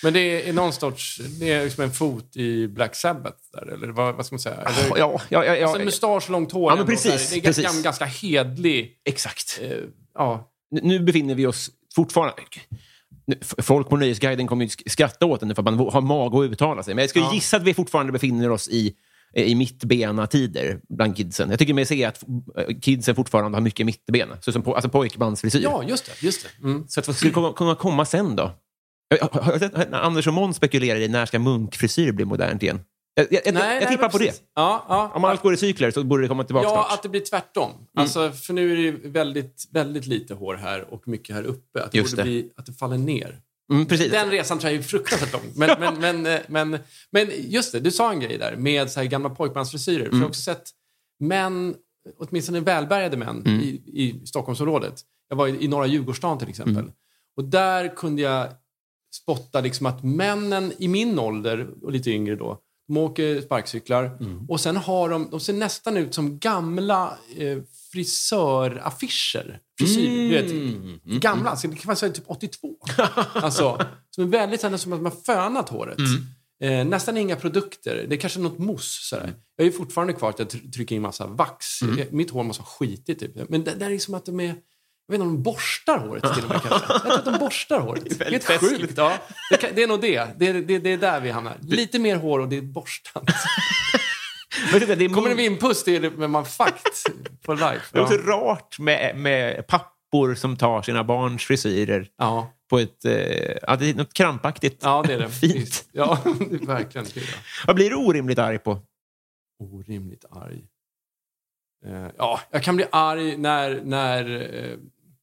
Men det är någon sorts, det är liksom en fot i Black Sabbath där, eller vad, vad ska man säga? Eller,
ja, ja, ja, ja.
Alltså mustasch, långt hår.
Ja, men precis,
det är
precis.
ganska, ganska hedlig.
Exakt.
Eh, ja.
Nu befinner vi oss fortfarande... Folk på Nöjesguiden kommer ju skratta åt den för att man har mag att uttala sig. Men jag skulle
ja.
gissa att vi fortfarande befinner oss i, i mittbena tider bland kidsen. Jag tycker mig se att kidsen fortfarande har mycket mittbena. Så som på, alltså pojkbandsfrisyr.
Ja, just det. Just det. Mm.
Så att vad skulle komma, komma, komma sen då? Har du sett Anders och Måns spekulerar i när ska munkfrisyr bli modernt igen? Jag, jag,
nej,
jag
nej,
tippar på
precis.
det.
Ja, ja.
Om allt går i cykler så borde det komma tillbaka
Ja,
snart.
att det blir tvärtom. Mm. Alltså, för nu är det väldigt, väldigt lite hår här och mycket här uppe. Att det
Just
borde
det.
bli att det faller ner.
Mm, precis.
Den resan tror jag är fruktansvärt lång. Men, men, men, men, men just det, du sa en grej där med så här gamla pojkbandsfrisyrer. Mm. För jag har också sett män, åtminstone välbärgade män
mm.
i, i Stockholmsområdet. Jag var i, i norra Djurgårdsstaden till exempel. Mm. Och där kunde jag spotta liksom att männen i min ålder och lite yngre då, de åker sparkcyklar mm. och sen har de, de ser nästan ut som gamla eh, frisöraffischer. Frisyr, mm. du vet, mm. gamla, alltså, det kan vara så typ åttiotvå. Alltså, som är väldigt sådär, som att man har fönat håret. Mm. Eh, nästan inga produkter, det är kanske något mousse sådär. Mm. Jag är fortfarande kvar att jag trycker in massa vax. Mm. Mitt hår måste ha skitigt typ. Men det, det är som att de är, jag vet inte om de borstar håret till och med kanske. Jag tror att de borstar håret. Det är helt sjukt. Ja. Det, kan, det är nog det. Det, det. det är där vi hamnar. Lite mer hår och det är borstat. Men det, det är kommer det vid en puss, det är det med man fakt på life.
Det är också ja. rart med, med pappor som tar sina barns frisyrer
ja.
på ett, eh, ja, det är något krampaktigt.
Ja, det är det.
Fint.
Ja, det är verkligen det.
Vad blir du orimligt arg på?
Orimligt arg. Uh, ja, jag kan bli arg när... när uh,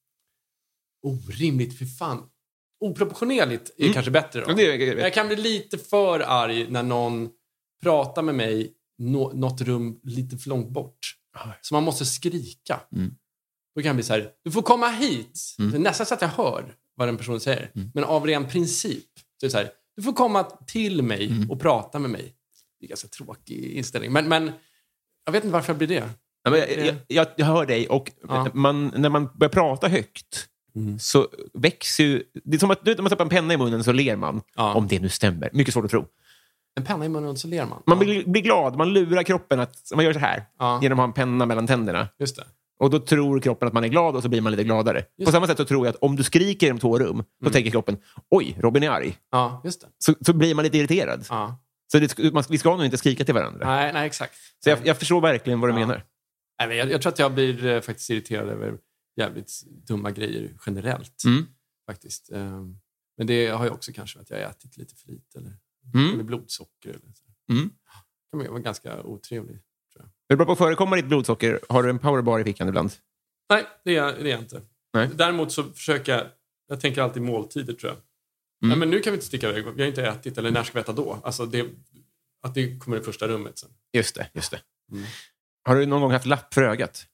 orimligt, för fan. Oproportionerligt är mm. kanske bättre då. Det, det, det. Jag kan bli lite för arg när någon pratar med mig nå, något rum lite för långt bort. Så man måste skrika. Mm. Då kan jag bli så här, du får komma hit. Mm. Det är nästan så att jag hör vad den personen säger. Mm. Men av ren princip. Så är det så här, du får komma till mig mm. och prata med mig. Det är ganska tråkig inställning. Men, men jag vet inte varför jag blir det.
Ja, men jag, jag, jag, jag hör dig. Och ja. man, när man börjar prata högt mm. så växer ju... Det är som att när man tappar en penna i munnen så ler man. Ja. Om det nu stämmer. Mycket svårt att tro.
En penna i munnen så ler man.
Man ja. blir, blir glad. Man lurar kroppen att man gör så här. Ja. Genom att ha en penna mellan tänderna.
Just det.
Och då tror kroppen att man är glad och så blir man lite gladare. Just på samma sätt så tror jag att om du skriker i de två rum, då mm. tänker kroppen, oj, Robin är arg.
Ja, just det.
Så, så blir man lite irriterad.
Ja.
Så det, man, vi ska nog inte skrika till varandra.
Nej, nej exakt.
Så jag, jag förstår verkligen vad du ja. menar.
Nej, men jag, jag tror att jag blir eh, faktiskt irriterad över jävligt dumma grejer generellt. Mm. Faktiskt. Um, men det har ju också kanske att jag har ätit lite för lite. Eller, mm. eller blodsocker. Eller så. Mm. Det kan vara ganska otrevligt.
Är du bra på att förekomma ditt blodsocker? Har du en powerbar i fickan ibland?
Nej, det är, det är jag inte. Nej. Däremot så försöker jag... Jag tänker alltid måltider, tror jag. Mm. Nej, men nu kan vi inte sticka iväg. Vi har inte ätit. Eller när ska vi äta då? Alltså, det, att det kommer i första rummet sen.
Just det, just det. Mm. Har du någon gång haft lapp för ögat?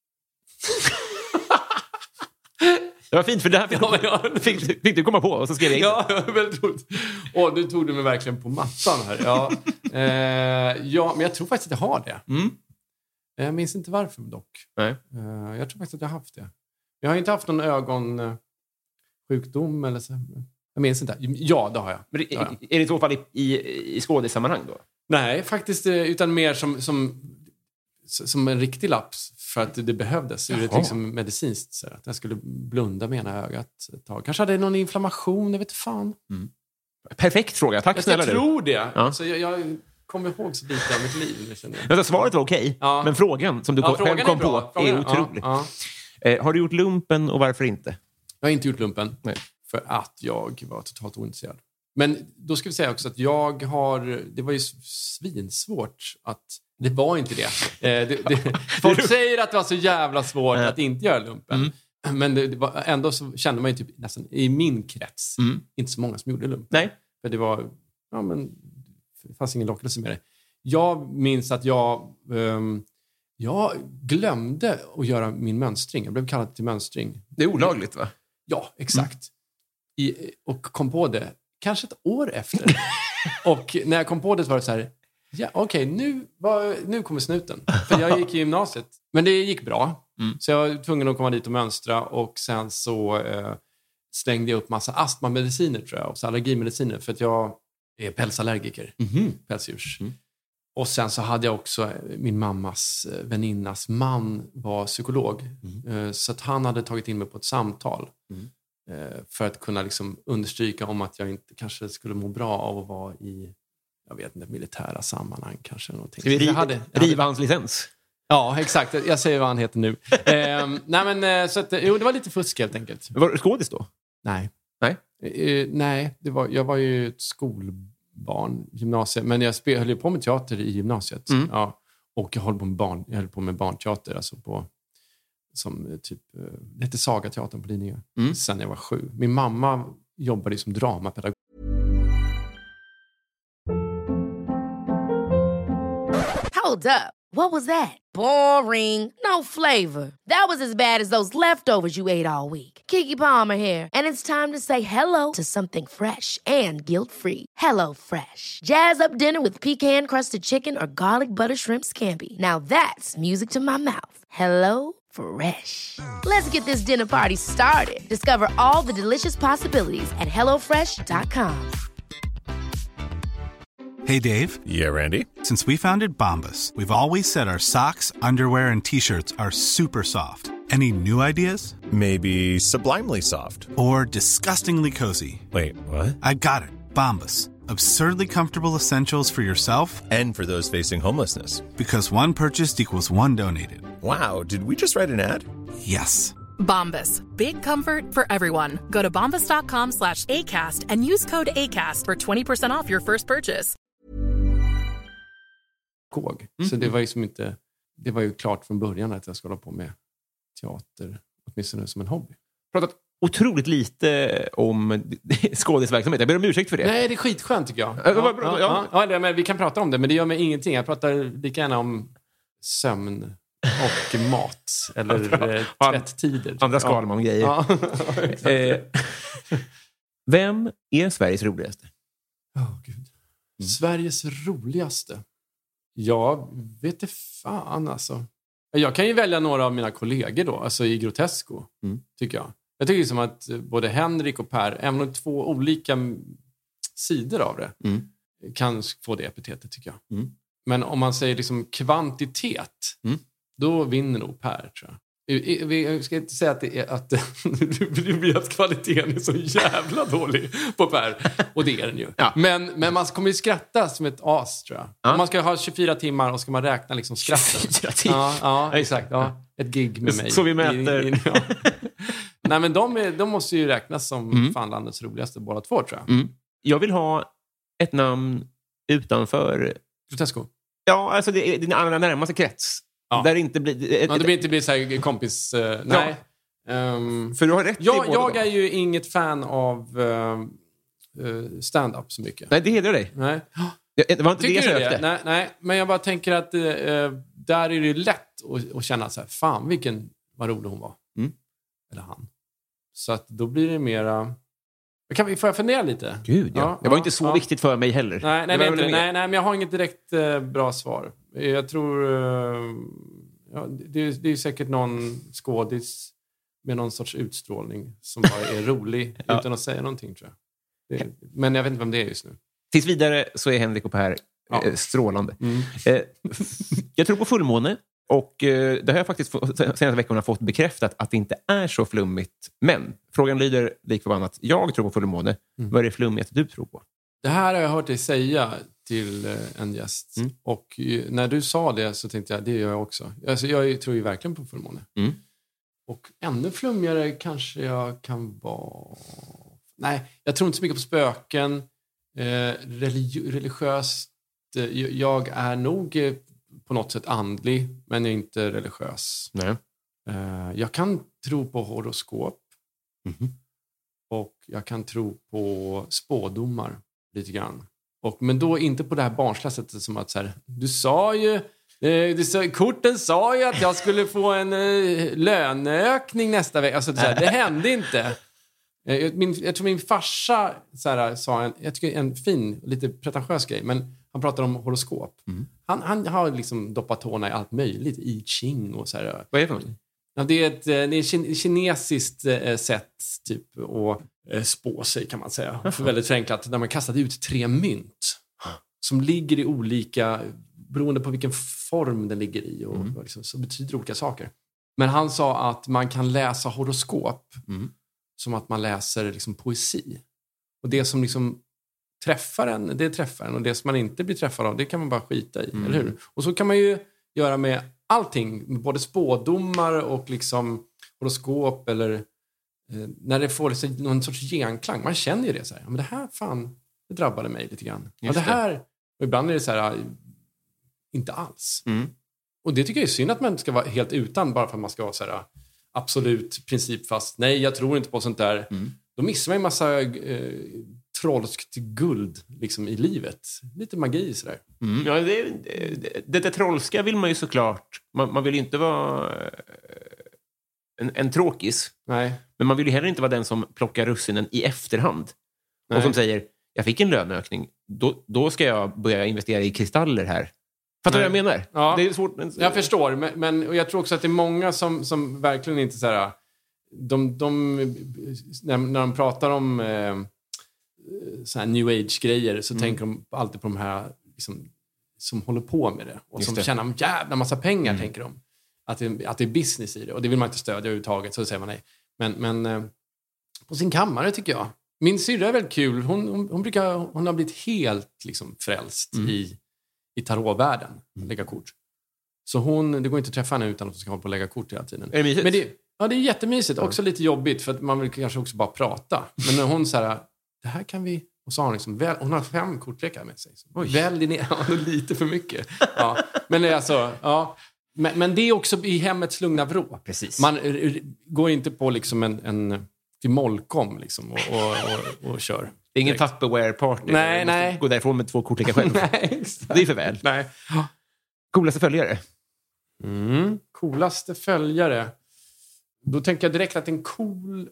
Det var fint, för det här fick, ja, ja. fick, fick du komma på och så skrev jag in.
Ja, väldigt roligt. Åh, nu tog du mig verkligen på mattan här. Ja, eh, ja, men jag tror faktiskt att jag har det. Mm. Jag minns inte varför dock. Nej. Eh, jag tror faktiskt att jag har haft det. Jag har inte haft någon ögonsjukdom eller så. Jag minns inte. Ja, det har jag.
Men det,
ja, ja.
Är det i så fall i, i, i skådissammanhang då?
Nej, faktiskt utan mer som... som som en riktig laps för att det behövdes. Ur ett liksom medicinskt. Så att jag skulle blunda med ena ögat ett tag. Kanske hade någon inflammation, jag vet fan. Mm.
Perfekt fråga, tack jag snälla
du. Jag tror det.
Ja.
Alltså, jag, jag kommer ihåg så lite av mitt liv.
Alltså, svaret var okej, ja. Men frågan som du ja, själv kom på frågan, är otrolig. Ja, ja. Eh, har du gjort lumpen och varför inte?
Jag har inte gjort lumpen. Nej. För att jag var totalt ointresserad. Men då ska vi säga också att jag har... Det var ju svinsvårt att... Det var inte det. Eh, det, det folk säger att det var så jävla svårt att inte göra lumpen. Mm. Men det, det var, ändå så kände man ju typ nästan i min krets mm. inte så många som gjorde lumpen.
Nej.
För det var... Ja, men det fanns ingen lockelse med det. Jag minns att jag... Um, jag glömde att göra min mönstring. Jag blev kallad till mönstring.
Det är olagligt, va?
Ja, exakt. Mm. I, och kom på det kanske ett år efter. Och när jag kom på det var det så här... Ja, okej, okay, nu, nu kommer snuten. För jag gick i gymnasiet. Men det gick bra. Mm. Så jag var tvungen att komma dit och mönstra. Och sen så... Eh, slängde jag upp massa astmamediciner tror jag. Och så allergimediciner för att jag är pälsallergiker.
Mm-hmm.
Pälsdjurs.
Mm.
Och sen så hade jag också min mammas väninnas man var psykolog. Mm. Så att han hade tagit in mig på ett samtal. Mm. För att kunna liksom understryka om att jag inte kanske skulle må bra av att vara i, jag vet inte, militära sammanhang kanske. Någonting.
Ska vi riva,
jag hade, jag
riva
hade,
hans licens?
Ja, exakt. Jag säger vad han heter nu. eh, nej, men så att, jo, det var lite fusk helt enkelt.
Var du skådis då?
Nej.
Nej?
Eh, nej, det var, jag var ju ett skolbarn, gymnasiet. Men jag spel, höll ju på med teater i gymnasiet. Mm. Ja, och jag höll på med, barn, jag höll på med barnteater, alltså på... som typ, det heter Sagateatern på Lidingö. Mm. Sen jag var sju. Min mamma jobbade som dramapedagog.
Hold up. What was that? Boring. No flavor. That was as bad as those leftovers you ate all week. Keke Palmer here, and it's time to say hello to something fresh and guilt-free. Hello Fresh. Jazz up dinner with pecan-crusted chicken or garlic butter shrimp scampi. Now that's music to my mouth. Hello Fresh. Let's get this dinner party started. Discover all the delicious possibilities at hello fresh dot com.
Hey, Dave.
Yeah, Randy.
Since we founded Bombas, we've always said our socks, underwear, and T-shirts are super soft. Any new ideas?
Maybe sublimely soft.
Or disgustingly cozy.
Wait, what?
I got it. Bombas. Absurdly comfortable essentials for yourself
and for those facing homelessness.
Because one purchased equals one donated.
Wow, did we just write an ad?
Yes.
Bombas. Big comfort for everyone. Go to bombas.com slash ACAST and use code ACAST for twenty percent off your first purchase.
Mm. Så det var ju som inte, det var ju klart från början att jag skulle hålla på med teater, åtminstone som en hobby.
Pratat otroligt lite om skådisverksamhet. Jag ber om ursäkt för det.
Nej, det är skitskönt tycker jag.
Ja,
ja,
ja,
ja. ja, ja men vi kan prata om det, men det gör mig ingenting. Jag pratar lika gärna om sömn och mat eller eh, tvätttider.
Andra Skalman-grejer. Ja. Ja, eh, vem är Sveriges roligaste?
Oh, Gud. Mm. Sveriges roligaste? Ja, vet det fan alltså. Jag kan ju välja några av mina kollegor då, alltså i Grotesco, mm. tycker jag. Jag tycker som att både Henrik och Per, även om två olika sidor av det, mm. kan få det epitetet tycker jag. Mm. Men om man säger liksom kvantitet, mm. då vinner nog Per, tror jag. Vi ska inte säga att det är att, det blir att kvaliteten är så jävla dålig på Per. Och det är den ju. Ja. Men, men man kommer ju skratta som ett as, tror jag. Ja. Man ska ha tjugofyra timmar och ska man räkna liksom skratten. tjugofyra timmar? Ja, ja, exakt. Ja. Ett gig med mig.
Så vi mäter.
I, i, ja. Nej, men de, är, de måste ju räknas som mm. fan landets roligaste båda två, tror jag. Mm.
Jag vill ha ett namn utanför...
Grotesco?
Ja, alltså det är din allra närmaste krets. Ja. Där inte blir... Ett,
ja, det blir inte blir så här kompis... Uh, nej.
Um, För du har rätt
jag, jag är ju inget fan av uh, uh, stand-up så mycket.
Nej, det hedrar dig.
Nej.
Det var inte
Tycker
det jag
sökte. Nej, nej, men jag bara tänker att uh, där är det lätt att, att känna så här, fan vilken, vad rolig hon var. Mm. Eller han. Så att då blir det mera... Kan vi, får jag fundera lite?
Gud, ja. ja det var ja, inte så ja. viktigt för mig heller.
Nej, nej, det det, nej, nej, men jag har inget direkt uh, bra svar. Jag tror... Uh, ja, det, det är säkert någon skådis med någon sorts utstrålning som bara är rolig ja. utan att säga någonting, tror jag. Det, men jag vet inte vem det är just nu.
Tills vidare så är Henrik och Per ja. eh, strålande. Mm. Eh, jag tror på fullmåne. Och eh, det har jag faktiskt få, senaste veckorna fått bekräftat att det inte är så flummigt. Men frågan lyder lik förbannat. Jag tror på fullmåne. Mm. Vad är det flummigt du tror på?
Det här har jag hört dig säga till eh, en gäst. Mm. Och eh, när du sa det så tänkte jag, det gör jag också. Alltså, jag tror ju verkligen på fullmåne. Mm. Och ännu flummigare kanske jag kan vara... Nej, jag tror inte så mycket på spöken. Eh, religi- religiöst. Eh, jag är nog... Eh, på något sätt andlig, men jag är inte religiös.
Nej.
Uh, jag kan tro på horoskop. Mm-hmm. Och jag kan tro på spådomar lite grann. Och, men då inte på det här barnsliga sättet som att så här, du sa ju, eh, du sa, korten sa ju att jag skulle få en eh, löneökning nästa vecka. Alltså, det, så här, det hände inte. Eh, min, jag tror min farsa så här, sa en, jag tycker en fin, lite pretentiös grej, men han pratar om horoskop. Mm. Han, han har liksom doppat tårna i allt möjligt. I Ching och så här.
Vad är det för något?
Ja, det är ett det är ett kinesiskt eh, sätt typ att eh, spå sig kan man säga. För väldigt förenklat, när man kastat ut tre mynt som ligger i olika, beroende på vilken form den ligger i och mm. liksom, så betyder olika saker. Men han sa att man kan läsa horoskop mm. som att man läser liksom poesi. Och det som liksom träffar en, det träffar en. Och det som man inte blir träffad av, det kan man bara skita i, mm. eller hur? Och så kan man ju göra med allting, både spådomar och liksom horoskop eller eh, när det får liksom någon sorts genklang. Man känner ju det så här, men det här fan, det drabbade mig lite grann. Ja, det här, och ibland är det så här, inte alls. Mm. Och det tycker jag är synd att man ska vara helt utan, bara för att man ska vara så här absolut principfast. Nej, jag tror inte på sånt där. Mm. Då missar man en massa eh, trollskt guld liksom i livet. Lite magi sådär.
Mm. Ja, det, det, det där trollska vill man ju såklart. Man, man vill ju inte vara en, en tråkis.
Nej.
Men man vill ju heller inte vara den som plockar russinen i efterhand. Nej. Och som säger, jag fick en löneökning. Då, då ska jag börja investera i kristaller här. Fattar du vad jag menar?
Ja.
Det är svårt, men...
Jag förstår. Men, men och jag tror också att det är många som, som verkligen inte så här... De, de, när, när de pratar om eh, så här new age-grejer så mm. tänker de alltid på de här liksom, som håller på med det. Och
Just
som
det.
tjänar en jävla massa pengar,
mm.
tänker de. Att det, att det är business i det. Och det vill man inte stödja överhuvudtaget, så säger man nej. Men, men eh, på sin kammare tycker jag. Min syrra är väldigt kul. Hon, hon, hon, brukar, hon har blivit helt liksom, frälst mm. i, i tarotvärlden. Mm. Lägga kort. Så hon, det går inte att träffa henne utan att hon ska hålla på att lägga kort hela tiden.
Är det mysigt?
Men det, ja, det är jättemysigt. Mm. Också lite jobbigt för att man vill kanske också bara prata. Men när hon så här, det här kan vi... Och så har hon liksom, väl, hon har fem kortlekar med sig. Välj ner, ja, lite för mycket. Ja. Men det är alltså, ja... Men, men det är också i hemmets lugna vrå.
Precis.
Man r- går inte på liksom en, en till Molkom liksom och, och, och, och kör.
Det är ingen Tupperware-party.
Nej, nej.
Gå därifrån med två kortlekar själv.
Nej, exakt.
Det är för väl.
Nej.
Coolaste följare?
Mm. Coolaste följare? Då tänker jag direkt att en cool...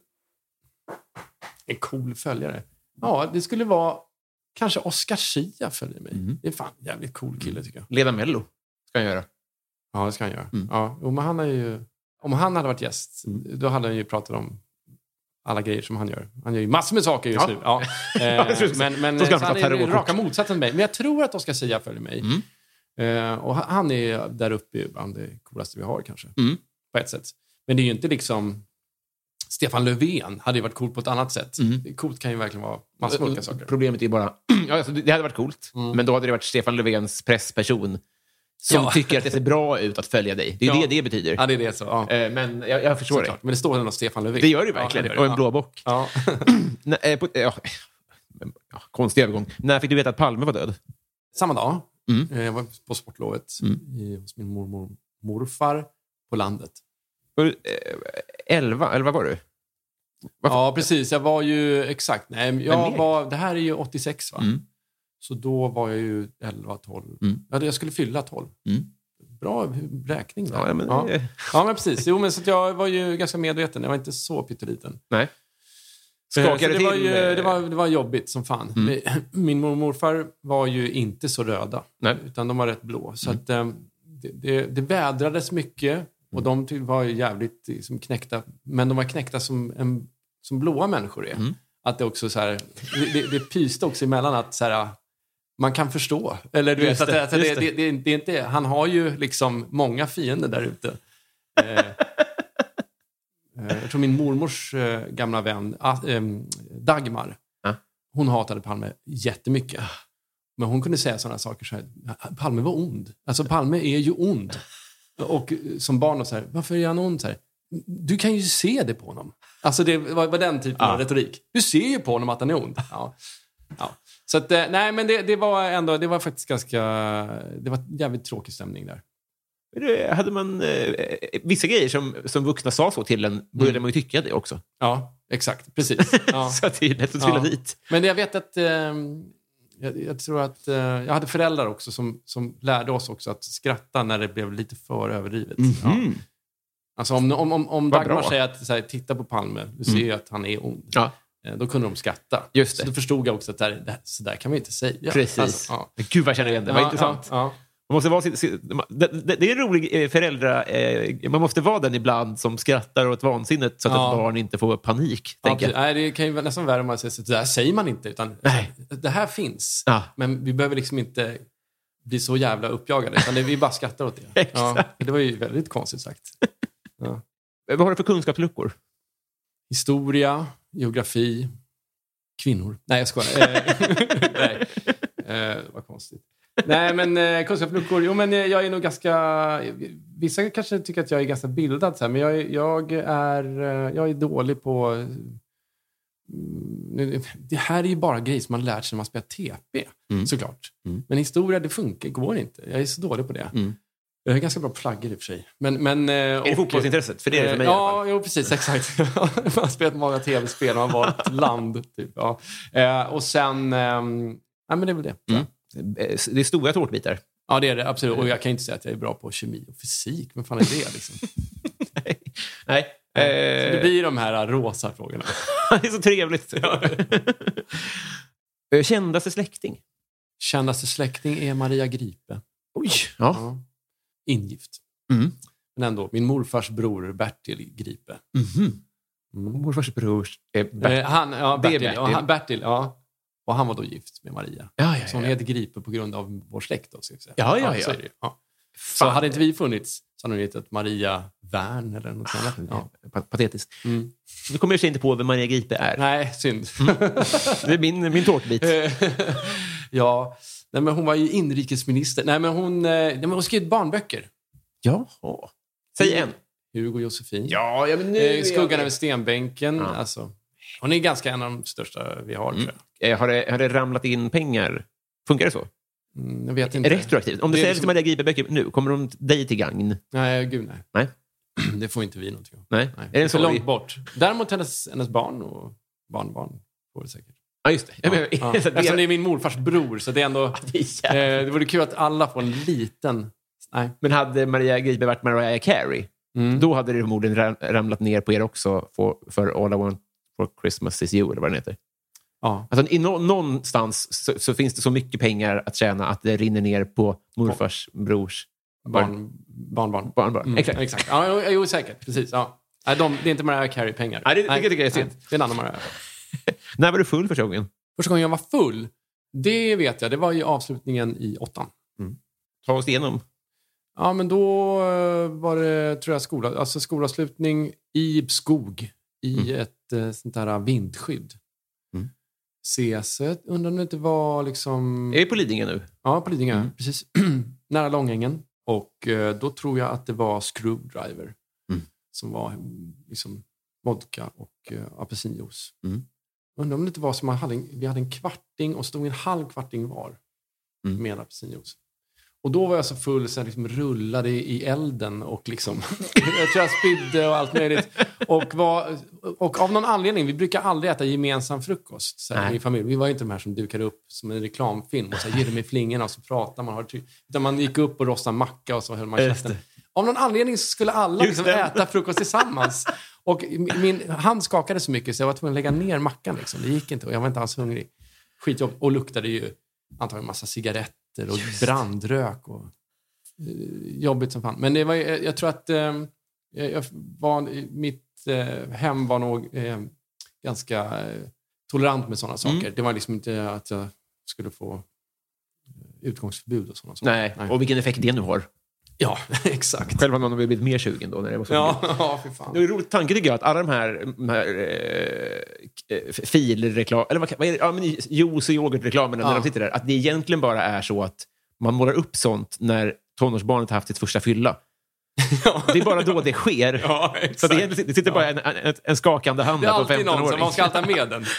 En cool följare. Ja, det skulle vara... Kanske Oscar Schia följer mig. Mm. Det är fan en jävligt cool kille tycker jag.
Leda Mello ska han göra.
Ja, det ska han göra.
Mm.
Ja, men han är ju, om han hade varit gäst, mm. då hade han ju pratat om alla grejer som han gör. Han gör ju massor med saker just
ja.
nu. Ja. Eh, men men
så
så han är raka motsatsen till mig. Men jag tror att Oscar Schia följer mig. Mm. Eh, och han är där uppe bland det coolaste vi har kanske.
Mm.
På ett sätt. Men det är ju inte liksom... Stefan Löfven hade ju varit coolt på ett annat sätt. Mm. Coolt kan ju verkligen vara massor av olika saker.
Problemet är bara... ja, alltså, det hade varit coolt. Mm. Men då hade det varit Stefan Löfvens pressperson som ja. tycker att det ser bra ut att följa dig. Det är ja. det det betyder.
Ja, det är det så. Ja.
Eh, men jag, jag förstår det.
Men det står ändå Stefan Löfven.
Det gör det verkligen. Ja, det gör det. Och en blå bock.
Ja.
Nej, eh, på, ja. Ja, konstig övergång. När fick du veta att Palme var död?
Samma dag.
Mm.
Jag var på sportlovet
mm.
i, hos min mormor morfar på landet.
Och, eh, elva, elva var du? Varför?
Ja, precis. Jag var ju exakt. Nej, jag var, det här är ju åttiosex, va? Mm. Så då var jag ju elva tolv. Mm. Ja, jag skulle fylla tolv.
Mm.
Bra räkning där.
Ja, men,
ja. ja, men precis. Jo, men så att jag var ju ganska medveten. Jag var inte så pytteliten.
Nej.
Skakade det, till. Var ju, det, var, det var jobbigt som fan. Mm. Min mormor och morfar var ju inte så röda. Nej. Utan de var rätt blå. Så mm. att det, det, det vädrades mycket. Och de var ju jävligt liksom, knäckta. Men de var knäckta som, en, som blåa människor är. Mm. Att det också så här... Det, det pyste också emellan att så här... Man kan förstå. Eller du vet, att, det, att det, det, det, det är inte... Han har ju liksom många fiender där ute. eh, jag tror min mormors eh, gamla vän eh, Dagmar. Äh? Hon hatade Palme jättemycket. Men hon kunde säga sådana saker så här. Palme var ond. Alltså Palme är ju ond. Och som barn och så här, varför är han ond så här? Du kan ju se det på honom. Alltså det var, var den typen ja. av retorik. Du ser ju på honom att han är ond. Ja. Ja. Så att, nej men det, det var ändå, det var faktiskt ganska, det var en jävligt tråkig stämning där.
Hade man eh, vissa grejer som, som vuxna sa så till en, började mm. man ju tycka det också.
Ja, exakt, precis. Ja.
Så att det är lätt att trilla ja. dit.
Men jag vet att eh, Jag, jag tror att eh, jag hade föräldrar också som, som lärde oss också att skratta när det blev lite för överdrivet.
Mm-hmm. Ja.
Alltså om, om, om, om Dagmar säger att så här, titta på Palme, du ser ju mm. att han är ond.
Ja.
Eh, då kunde de skratta.
Just det.
Så då förstod jag också att det här, det här, så där kan man inte säga.
Precis.
Alltså, ja.
Gud vad jag känner igen det, vad
ja,
intressant.
Ja, ja.
Man måste vara, det, det är en rolig föräldra... Man måste vara den ibland som skrattar åt vansinnet så att ja. ett barn inte får panik.
Ja, nej, det kan ju nästan vara om man säger så. Det där säger man inte. Utan nej. Det här finns. Ja. Men vi behöver liksom inte bli så jävla uppjagade. Utan det, vi bara skrattar åt det. Ja, det var ju väldigt konstigt sagt. Ja.
Vad har du för kunskapsluckor?
Historia, geografi, kvinnor. Nej, jag skojar. Nej, eh, vad konstigt. Nej, men eh, kunskapsluckor. Jo, men jag är nog ganska... Vissa kanske tycker att jag är ganska bildad. Så här, men jag, jag, är, jag är dålig på... Mm, det här är ju bara grejer som man lärt sig när man spelar T P. Mm. Såklart. Mm. Men historia, det funkar, går inte. Jag är så dålig på det. Mm. Jag har ganska bra flaggor i och för sig. Men, men, är
det fotbollsintresset? För det är det för mig
ja,
i alla fall.
Jo, precis. Exakt. Man har spelat många tv-spel och man var ett land. Typ, ja. Och sen... Ja, men det är väl det.
Mm. Det är stora tårtbitar.
Ja, det är det. Absolut. Och jag kan inte säga att jag är bra på kemi och fysik. Men fan är det liksom?
Nej. Nej.
Ja, så det blir de här rosa frågorna.
Det är så trevligt. Ja. Kändaste släkting?
Kändaste släkting är Maria Gripe.
Oj, ja. ja.
Ingift.
Mm.
Men ändå, min morfars bror Bertil Gripe.
Mm-hmm. Mm. Morfars bror är Bertil.
Eh, han, ja, Bertil. Bertil. Ja, han, Bertil, ja. Och han var då gift med Maria. Ja, ja, så hon ja. heter Gripe på grund av vår släkt. Då, ska jag säga.
Ja, ja, ja.
Så, ja. Så hade inte vi funnits så hade hon hetat Maria Wern eller något annat.
Ja. Patetiskt. Mm. Nu kommer jag sig inte på vem Maria Gripe är.
Nej, synd.
Mm. Det är min, min tårtbit.
Ja, nej, men hon var ju inrikesminister. Nej, men hon, nej, men hon skrev barnböcker.
Ja, säg en.
Hugo Josefin.
Ja, ja men nu
Skuggan över stenbänken. Ja. Alltså, hon är ganska en av de största vi har, mm. tror jag.
Har det, har det ramlat in pengar? Funkar det så?
Mm, jag vet inte.
Retroaktivt. Om du säger liksom... till Maria Gripe-böcker nu, kommer de dig till gagn?
Nej, gud nej.
Nej.
Det får inte vi någonting om.
Nej.
nej. Är det så långt bort? Däremot hennes, hennes barn och barnbarn får det säkert.
Ja, just det.
Ja, ja. Eftersom det är min morfars bror, så det är ändå... det, är eh, det vore kul att alla får en liten... Nej.
Men hade Maria Gripe varit Mariah Carey, mm. då hade det förmodligen ramlat ner på er också för, för All I Want for Christmas is You, eller vad den heter.
Ja.
Alltså, i no- någonstans så, så finns det så mycket pengar att tjäna att det rinner ner på morfars brors
barn, barnbarn.
barnbarn.
Mm, exakt. exakt. Ja, jo, jo, säkert. Precis. Ja. Nej, de, det är inte Mariah Carey-pengar.
Nej, det, nej, det tycker jag är synd.
Det är en annan Mariah.
När var du full första gången?
Första gången jag var full, det vet jag. Det var ju avslutningen i åttan.
Mm. Ta oss igenom.
Ja, men då var det, tror jag, skola, alltså skolavslutning i skog. I mm. ett eh, sånt där vindskydd. Mm. C S, undrar om det inte var liksom...
Är det på Lidingö nu?
Ja, på Lidingö, mm. precis. Nära Långängen. Och eh, då tror jag att det var Screwdriver. Mm. Som var liksom vodka och eh, apelsinjuice. Mm. Undrar om det inte var som man hade en, vi hade en kvarting och stod en halv kvarting var. Mm. Med apelsinjuice. Och då var jag så full så jag liksom rullade i elden och liksom jag tror jag spydde och allt möjligt. Och, var, och av någon anledning, vi brukar aldrig äta gemensam frukost så här, i familj. Vi var inte de här som dukade upp som en reklamfilm och så här, ger dem i flingorna och så pratar man. Utan man gick upp och rostade macka och så höll man käften. Av någon anledning så skulle alla liksom äta frukost tillsammans. Och min hand skakade så mycket så jag var tvungen att lägga ner mackan. Liksom. Det gick inte och jag var inte alls hungrig. Skitjobb. Och luktade ju antagligen massa cigaretter och just brandrök och eh, jobbigt som fan. Men det var, jag, jag tror att eh, jag var, mitt eh, hem var nog eh, ganska eh, tolerant med sådana saker. Mm. Det var liksom inte att jag skulle få utgångsförbud och sådana saker.
Nej, Nej. Och vilken effekt det nu har.
Ja, exakt.
Själv har man blivit mer sugen då när det var så.
Ja, ja, för fan.
Det är en rolig tanke tycker jag att alla de här, de här eh, filreklam eller vad, vad är det? Ja, men juice och yoghurtreklamerna, ja. När de sitter där, att det egentligen bara är så att man målar upp sånt när tonårsbarnet har haft sitt första fylla. Ja. Det är bara då det sker. Ja, så det, det sitter bara en, en, en skakande hand där på femton år. Det är alltid någon som
man ska alltid med den.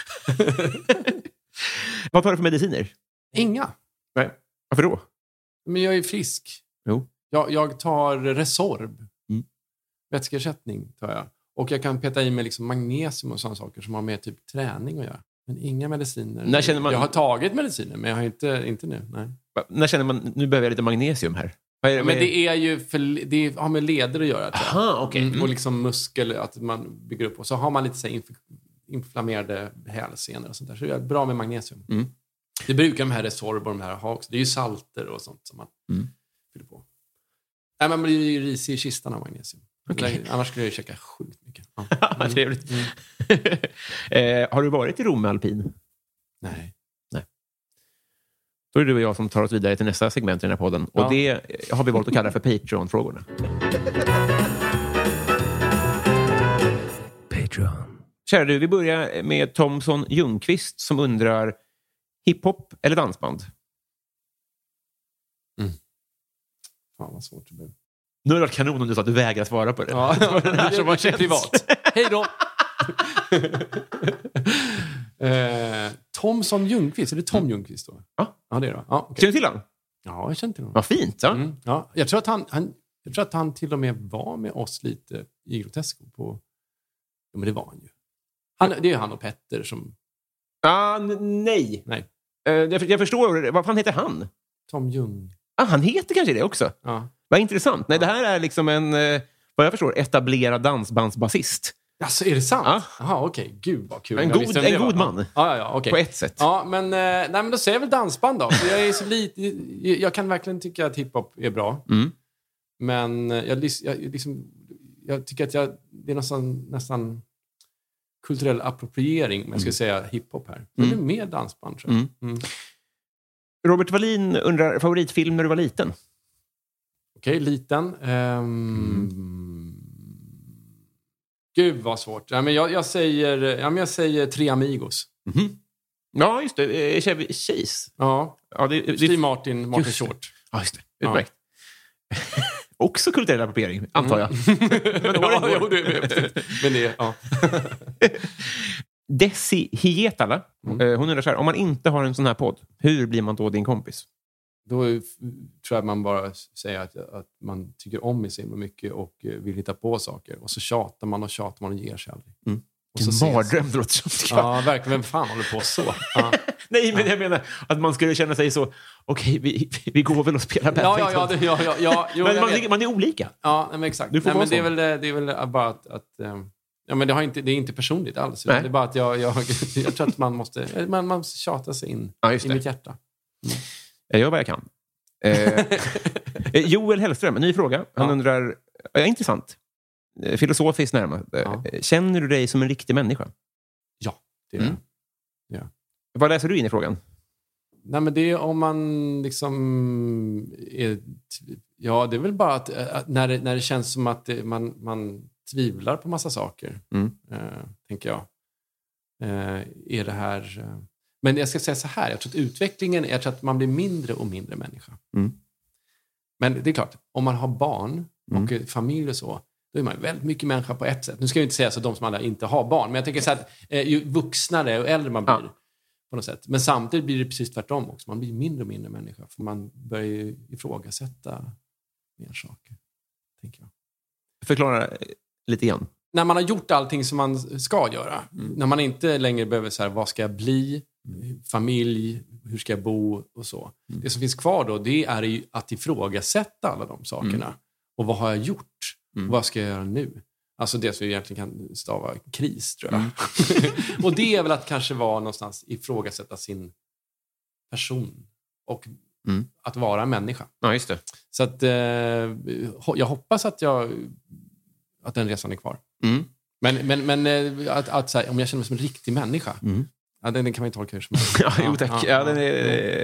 Vad tar du för mediciner?
Inga.
Nej. Varför då?
Men jag är frisk.
Jo.
Jag, jag tar Resorb.
Mm.
Vätskeersättning tar jag. Och jag kan peta i mig liksom magnesium och sådana saker som har med typ träning att göra. Men inga mediciner.
När känner man...
Jag har tagit mediciner, men jag har inte, inte nu. Nej.
När känner man, nu behöver jag lite magnesium här? Vad är det,
men det är ju för, det har med leder att göra.
Aha, okay.
mm. Och liksom muskel, att man bygger upp. Och så har man lite så här, inf- inflammerade hälsenor och sånt där. Så det är bra med magnesium. Mm. Det brukar de här Resorb och de här ha också. Det är ju salter och sånt som man... Mm. fyller på. Nej, man blir ju risig i kistan av magnesium.
Okay.
Annars skulle jag käka sjukt mycket. Ja.
Mm. Trevligt. Mm. eh, har du varit i Rom med alpin?
Nej.
Nej. Då är det du och jag som tar oss vidare till nästa segment i den här podden.
Ja.
Och det har vi valt att kalla för Patreon-frågorna. Patreon. Kära du, vi börjar med Thomson Ljungqvist som undrar hiphop eller dansband?
Mm. Fan vad svårt det blev.
Nu har det varit kanon om du sa att du vägrar svara på det.
Ja, det var den här som var privat. Hej då! eh, Thomson Ljungqvist, är det Tom mm. Ljungqvist då?
Ja.
Ja, det är det. Ja, okay.
Känner du till honom?
Ja, jag känner till honom.
Vad fint, ja.
Mm, ja. Jag, tror att han, han, jag tror att han till och med var med oss lite i Grotesco på... Ja, men det var han ju. Han, det är han och Petter som...
Ah, n- nej.
Nej.
Uh, jag, jag förstår, vad fan heter han?
Tom Ljung.
Ah, han heter kanske det också.
Ja.
Vad intressant. Nej, det här är liksom en, eh, vad jag förstår, etablerad dansbandsbasist.
Alltså, är det sant?
Ja.
Jaha, okej. Okay. Gud, vad kul.
En
jag
god, en god man.
Ja, ja, ja, okay.
På ett sätt.
Ja, men, eh, nej, men då säger jag väl dansband då. För jag är så lite... Jag kan verkligen tycka att hiphop är bra.
Mm.
Men jag, jag, liksom, jag tycker att jag, det är nästan, nästan kulturell appropriering, men jag skulle säga hiphop här. För mm. det är mer dansband, tror jag. Mm. Mm.
Robert Wallin undrar favoritfilm när du var liten?
Okej, okay, liten. Um, mm. Gud vad svårt. Ja, men jag, jag, säger, ja, men jag säger Tre Amigos.
Mm-hmm. Ja, just det. Chevy Chase.
Ja,
ja det, det,
Steve Martin, Martin Short.
Ja, just det. Utmärkt. Ja. Också kulturell appropriering, antar jag.
Mm. men då ja, jo, det, men det, ja.
Desi Hietala, mm. hon undrar så här, om man inte har en sån här podd, hur blir man då din kompis?
Då tror jag man bara säger att, att man tycker om sig mycket och vill hitta på saker. Och så tjatar man och tjatar man och ger sig aldrig.
Mm. En mardröm låter som.
Ja, verkligen. Vem fan håller på så? Ja.
Nej, men jag menar att man skulle känna sig så, okej, okay, vi, vi går väl och spelar
ja, ja, ja, det, ja, ja, ja. Jo,
men man, man är olika.
Ja, men exakt.
Du får
Nej, men det, är väl, det är väl bara att... att ja, men det, har inte, det är inte personligt alls. Det är bara att jag, jag, jag tror att man måste, man, man måste tjata sig in ja, i mitt hjärta. Mm.
Jag gör vad jag kan. Eh, Joel Hellström, en ny fråga. Han ja. undrar, ja, intressant. Filosofiskt närmast. Ja. Känner du dig som en riktig människa?
Ja, det är
mm.
det. Ja.
Vad läser du in i frågan?
Nej, men det är om man liksom är, ja, det är väl bara att, att när, det, när det känns som att det, man, man tvivlar på massa saker,
mm.
eh, tänker jag. Eh, är det här... Eh, men jag ska säga så här, jag tror att utvecklingen är att man blir mindre och mindre människa.
Mm.
Men det är klart, om man har barn och
mm.
familj och så, då är man väldigt mycket människa på ett sätt. Nu ska jag inte säga så de som alla inte har barn, men jag tänker så att eh, ju vuxnare och äldre man blir ja. på något sätt. Men samtidigt blir det precis tvärtom också. Man blir mindre och mindre människa, för man börjar ju ifrågasätta mer saker, tänker jag.
Förklara lite grann.
När man har gjort allting som man ska göra.
Mm.
När man inte längre behöver så här, vad ska jag bli? Familj, hur ska jag bo och så. Mm. Det som finns kvar då, det är ju att ifrågasätta alla de sakerna. Mm. Och vad har jag gjort? Mm. Och vad ska jag göra nu? Alltså det som egentligen kan stava kris, tror jag. Mm. Och det är väl att kanske vara någonstans ifrågasätta sin person. Och mm. att vara en människa.
Ja, just det.
Så att eh, jag hoppas att jag att den resan är kvar.
Mm.
Men, men, men att, att så här, om jag känner mig som en riktig människa,
mm.
ja, den, den kan man ju tolka hur som helst.
Ja, jo tack. Ja, ja, den är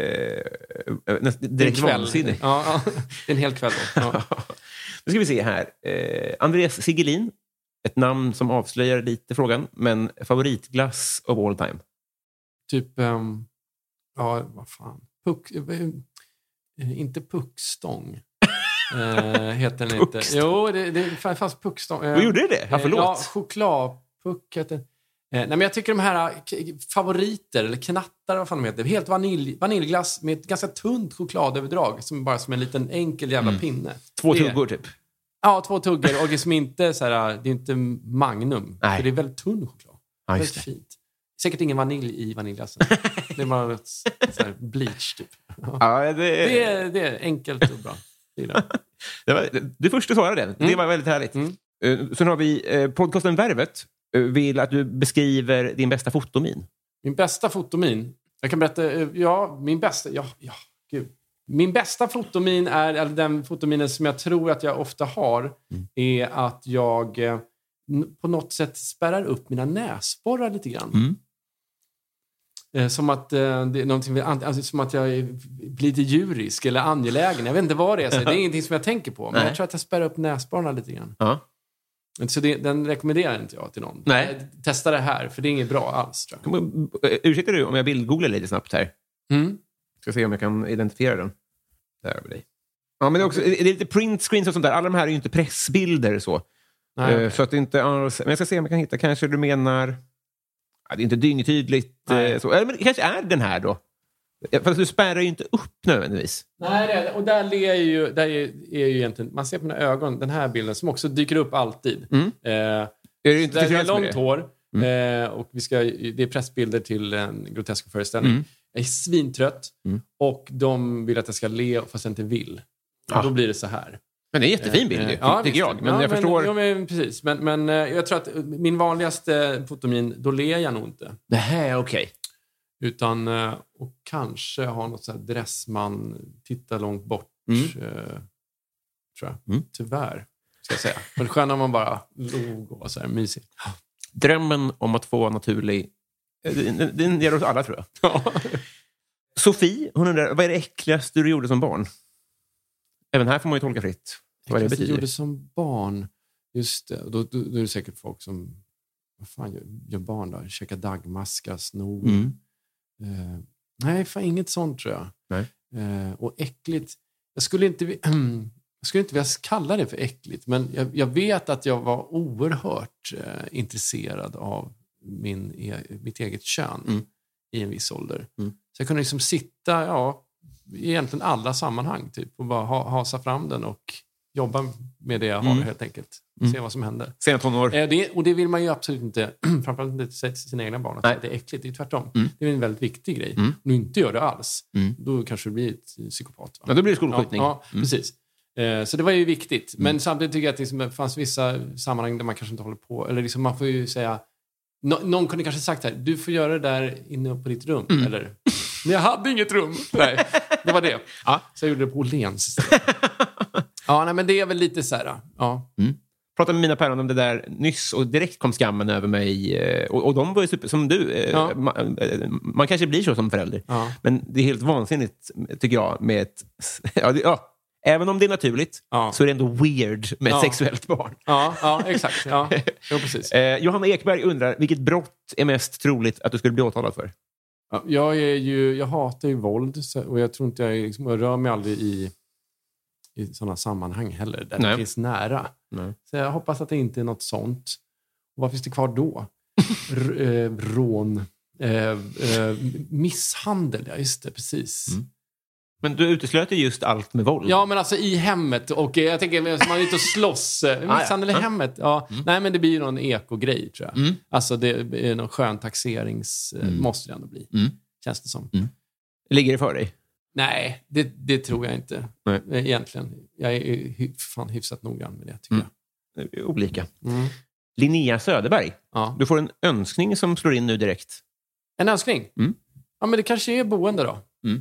äh, näst, direkt vansinnig.
Ja, ja, det är en hel kväll då. Ja.
Nu ska vi se här. Eh, Andreas Sigelin, ett namn som avslöjar lite frågan, men favoritglass of all time?
Typ, um, ja, vad fan. Puck, äh, inte puckstång. Uh, heter den inte. Jo, det, det fanns puckstång. Uh,
Vad gjorde det? Ja, förlåt.
Ja, chokladpuck heter. Uh, nej, men jag tycker de här favoriter eller knattar, vad fan de heter. Helt vanilj, vaniljglass med ett ganska tunt chokladöverdrag som bara som en liten enkel jävla mm. pinne.
Två
det,
tuggor typ.
Ja, två tuggor och det är inte så här, det är inte Magnum. Nej. För det är väldigt tunn choklad.
Ja,
väldigt fint. Säkert ingen vanilj i vaniljglassen. Det är bara ett så här bleach typ. Ja.
Ja, det,
det, är, det är enkelt och bra. Det,
det var det första svarade den. Mm. Det var väldigt härligt. Mm. Uh, sen har vi uh, podcasten Värvet. Uh, vill att du beskriver din bästa fotomin.
Min bästa fotomin? Jag kan berätta, uh, ja, min bästa, ja, ja, gud. Min bästa fotomin är, eller den fotominen som jag tror att jag ofta har, mm. är att jag eh, på något sätt spärrar upp mina näsborrar lite grann. Mm. Eh, som att eh, det är någonting, alltså, som att jag blir lite djurisk eller angelägen. Jag vet inte vad det är. Så det är ingenting som jag tänker på. Men Nej. jag tror att jag spärrar upp näsborrarna lite grann. Ja. Så det, den rekommenderar inte jag till någon. Nej. Testa det här, för det är inget bra alls. Tror
jag. Ursäkta du om jag bildgooglar lite snabbt här. Mm. Ska se om jag kan identifiera den. Där över dig. Ja, men det är, också, det är lite print screens och sånt där. Alla de här är ju inte pressbilder så. Nej, okay. Så att det inte... Men jag ska se om jag kan hitta. Kanske du menar... Ja, det är inte dyngtydligt. Så. Eller, men det kanske är den här då. För att du spärrar ju inte upp nödvändigtvis.
Nej, det är, och där är ju, där är, är ju egentligen... Man ser på mina ögon den här bilden som också dyker upp alltid. Mm. Eh, är det inte där är långt hår. Mm. Eh, och vi ska, det är pressbilder till en grotesk föreställning. Mm. Jag är svintrött. Mm. Och de vill att jag ska le fast jag inte vill. Och då blir det så här.
Men det är en jättefin bild, eh, tycker ja, jag. Men ja, jag
men,
förstår...
Ja, men, precis. Men, men jag tror att min vanligaste fotomin, då ler jag nog inte.
Det här är okej. Okay.
Utan, och kanske ha något så här dressman, titta långt bort. Mm. Eh, tror jag. Mm. Tyvärr, ska jag säga. Men det sköna man bara log och så här mysigt.
Drömmen om att få naturlig... Den, den gäller oss alla, tror jag. Ja. Sofie, hon undrar, vad är det äckligaste du gjorde som barn? Även här får man ju tolka fritt. Vad det betyder.
Jag gjorde som barn, just det. Då, då, då är det säkert folk som, vad fan gör, gör barn då? Käka dagmaskar, snor. Mm. Uh, nej, fan inget sånt tror jag. Nej. Uh, och äckligt, jag skulle inte jag skulle inte vilja kalla det för äckligt, men jag, jag vet att jag var oerhört uh, intresserad av min, e, mitt eget kön mm. i en viss ålder. Mm. Så jag kunde liksom sitta, ja, i egentligen alla sammanhang typ, och bara ha, hasa fram den och jobba med det jag har mm. helt enkelt. Mm. Se vad som händer.
Sena tonår.
Eh, det, och det vill man ju absolut inte, framförallt inte säga till sina egna barn att Nej. det är äckligt. Det är tvärtom. Mm. Det är en väldigt viktig grej. Mm. Om du inte gör det alls, mm. då kanske du blir ett psykopat. Va?
Ja, då blir det skolskjutning.
Ja, ja mm. precis. Eh, så det var ju viktigt. Mm. Men samtidigt tycker jag att det liksom fanns vissa sammanhang där man kanske inte håller på, eller liksom man får ju säga, no, någon kunde kanske sagt här, du får göra det där inne på ditt rum. Mm. Eller, men jag hade inget rum. Nej, det var det. Ja. Så jag gjorde det på Åhléns istället. Ja, nej, men det är väl lite så här. Ja.
Mm. Pratade med mina päron om det där nyss och direkt kom skammen över mig. Och, och de var ju super, som du. Ja. Man, man kanske blir så som förälder. Ja. Men det är helt vansinnigt, tycker jag, med ett... Ja, det, ja. Även om det är naturligt ja. så är det ändå weird med ja. ett sexuellt barn.
Ja, ja exakt. Ja. Jo, precis.
Eh, Johanna Ekberg undrar, vilket brott är mest troligt att du skulle bli åtalad för?
Ja, jag, är ju, jag hatar ju våld och jag tror inte jag, liksom, jag rör mig aldrig i, i sådana sammanhang heller där Nej. det finns nära. Nej. Så jag hoppas att det inte är något sånt. Och vad finns det kvar då? R- eh, rån, eh, eh, misshandel, ja just det, precis. Mm.
Men du uteslöt just allt med våld.
Ja, men alltså i hemmet. Och jag tänker, man är ute och slåss. Misshandel i hemmet. Ja. Mm. Nej, men det blir ju någon ekogrej, tror jag. Mm. Alltså det är någon skön taxerings... Mm. Måste det ändå bli. Mm. Känns det som. Mm.
Ligger det för dig?
Nej, det, det tror jag inte. Nej. Egentligen. Jag är hy- fan hyfsat noggrann med det, tycker mm.
jag. Det är olika. Mm. Linnea Söderberg. Ja. Du får en önskning som slår in nu direkt.
En önskning? Mm. Ja, men det kanske är boende då. Mm.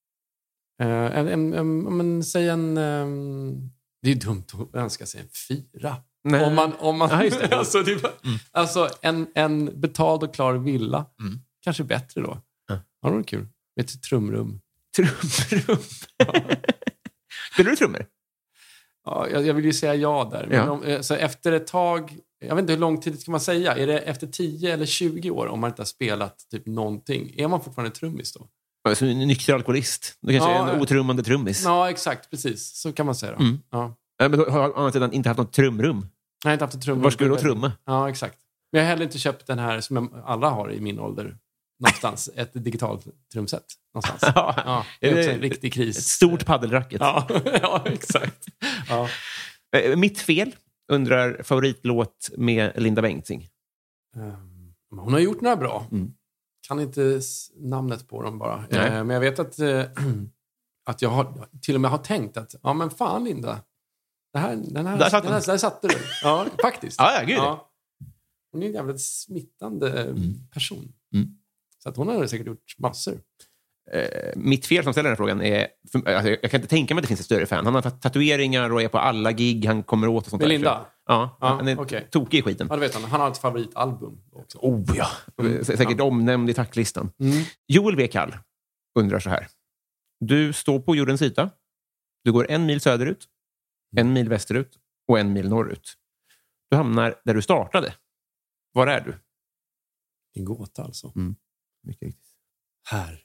Uh, en, en, en, men säg en um, det är dumt att önska sig en fyra. Nej. Om man, om man, ja, alltså, det var, mm. alltså en, en betald och klar villa mm. kanske bättre då. Mm. Ja, det var kul. Med ett trumrum.
Trumrum? Ja. Spelar du trummor?
Ja, jag, jag vill ju säga ja där. Men ja. Om, så efter ett tag, jag vet inte hur lång tid ska man säga. Är det efter tio eller tjugo år om man inte har spelat typ någonting? Är man fortfarande trummis då?
Som en nykter alkoholist. Det kanske ja, är en otrummande trummis.
Ja, exakt. Precis. Så kan man säga då. Mm. Ja.
Men du har å andra sidan inte haft något trumrum.
Nej, jag har inte haft ett trumrum.
Var skulle du då trumma?
Ja, exakt. Men jag har heller inte köpt den här som alla har i min ålder. Någonstans. Ett digitalt trumset. Någonstans. Ja, ja, det är också en riktig kris.
Ett stort paddelracket.
Ja, ja exakt. Ja.
Mitt fel undrar favoritlåt med Linda Bengtzing.
Um, hon har gjort några bra. Mm. Kan inte namnet på dem bara. Eh, men jag vet att, eh, att jag har, till och med har tänkt att ja men fan Linda. Det här, den här, där, den här, där satte du. Ja, faktiskt.
Ja, ja, gud. Ja.
Hon är en jävligt smittande mm. person. Mm. Så att hon har säkert gjort massor.
eh, mitt fel som ställer den här frågan är... För, alltså, jag kan inte tänka mig att det finns ett större fan. Han har tatueringar och är på alla gig han kommer åt och sånt.
Melinda?
Ja,
ja,
han är
okay.
tokig i skiten.
Ja, det vet han. Han har ett favoritalbum också.
Oh ja,
mm.
säkert
ja.
omnämnd i tacklistan.
Mm.
Joel W. Kall undrar så här. Du står på jordens yta. Du går en mil söderut, en mil västerut och en mil norrut. Du hamnar där du startade. Var är du?
En gåta alltså.
Mm. Mycket riktigt.
Här.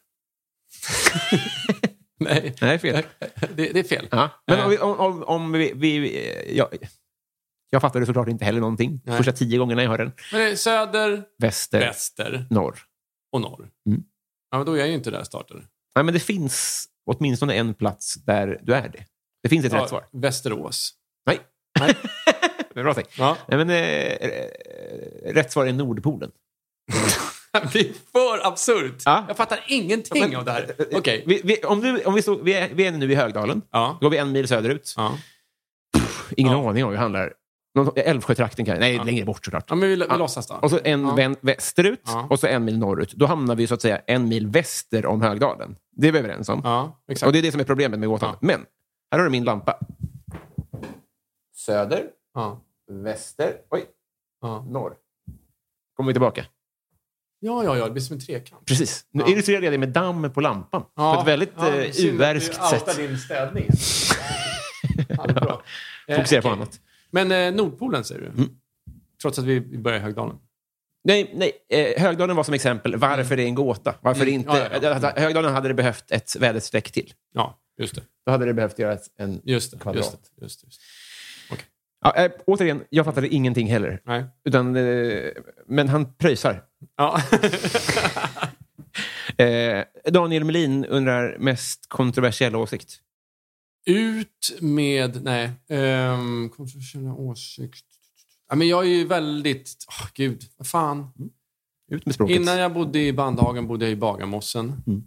Nej.
Nej, fel.
Det, det är fel.
Ja. Men om vi... Om, om, om vi, vi ja, jag fattar det såklart inte heller någonting. Nej. Första tio gångerna jag hör den.
Men det är söder,
väster,
väster
norr.
Och norr.
Mm.
Ja, men då är jag ju inte där jag startade.
Nej, men det finns åtminstone en plats där du är det. Det finns ett ja, rätt svar.
Västerås.
Nej. Nej. Det är bra tänkt. Ja. Nej, men eh, rätt svar är Nordpolen.
Det är för absurt. Ja. Jag fattar ingenting men, av det här. Okay.
Vi, vi, om du, om vi, stod, vi, är, vi är nu i Högdalen. Ja. Då går vi en mil söderut. Ja. Pff, ingen ja. aning om hur det handlar. Älvsjötrakten kan Nej, ja. längre bort såklart.
Ja, men vi, vi ja. låtsas då.
Och så en ja. vän, västerut ja. och så en mil norrut. Då hamnar vi så att säga en mil väster om Högdalen. Det är vi överens om.
Ja, exakt.
Och det är det som är problemet med gåtan. Ja. Men, här har du min lampa. Söder. Ja. Väster. Oj. Ja. Norr. Kommer vi tillbaka.
Ja, ja, ja. Det blir som en trekant.
Precis. Nu
ja.
illustrerar jag det med damm på lampan. Ja. På ett väldigt ja, uh, uvärskt sätt.
Du din städning. Ja, bra.
Fokusera
eh,
på
okay.
annat.
Men eh, Nordpolen säger du? Mm. Trots att vi börjar i Högdalen.
Nej, nej. Eh, Högdalen var som exempel. Varför mm. det är en gåta. Varför mm. inte... Ja, ja, ja. Högdalen hade det behövt ett väderstreck till.
Ja, just det.
Då hade det behövt göra en
just det,
kvadrat.
Just det, just det. Just det. Okay.
Ja, äh, återigen, jag fattade ingenting heller.
Nej.
Utan, eh, men han pröjsar.
Ja.
eh, Daniel Melin undrar mest kontroversiella åsikt.
Ut med... Nej. Um, kontroversiella åsikt. Ja, men jag är ju väldigt... Oh, gud, vad fan.
Ut med språket.
Innan jag bodde i Bandhagen bodde jag i Bagarmossen. Mm.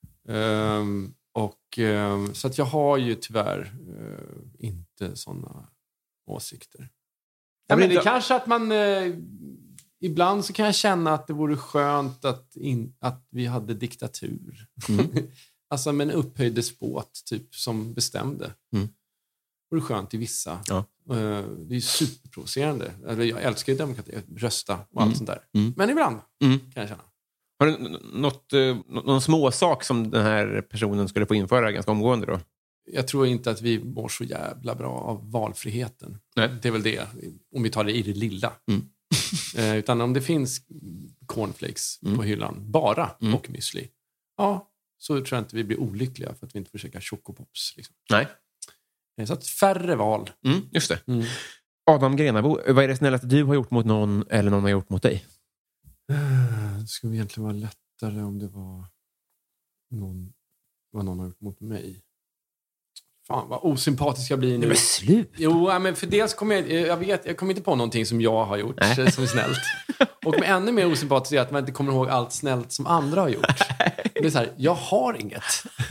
Um, och, um, så att jag har ju tyvärr uh, inte sådana åsikter. Ja, men det är kanske att man... Uh, ibland så kan jag känna att det vore skönt att, in, att vi hade diktatur. Mm. Alltså med en upphöjd despot typ som bestämde. Mm. Det vore skönt i vissa. Ja. Uh, det är superprovocerande. Jag älskar ju demokrati, rösta och allt mm. sånt där. Mm. Men ibland mm. kan jag känna.
Har du något, uh, någon små sak som den här personen skulle få införa ganska omgående då?
Jag tror inte att vi mår så jävla bra av valfriheten. Nej. Det är väl det, om vi tar det i det lilla. Mm. uh, utan om det finns cornflakes mm. på hyllan, bara mm. och müsli. Ja, så tror jag inte vi blir olyckliga för att vi inte försöker chocopops. Liksom.
Nej.
Så att färre val.
Mm, just det. Mm. Adam Grenabo, vad är det snälla att du har gjort mot någon eller någon har gjort mot dig?
Det skulle egentligen vara lättare om det var någon, vad någon har gjort mot mig. Fan, vad osympatisk jag blir nu.
Nej, men slut.
Jo, men för dels kommer jag, jag vet, jag kommer inte på någonting som jag har gjort Nej. som är snällt. Och med ännu mer osympatiskt är att man inte kommer ihåg allt snällt som andra har gjort. Det är så här, jag har inget.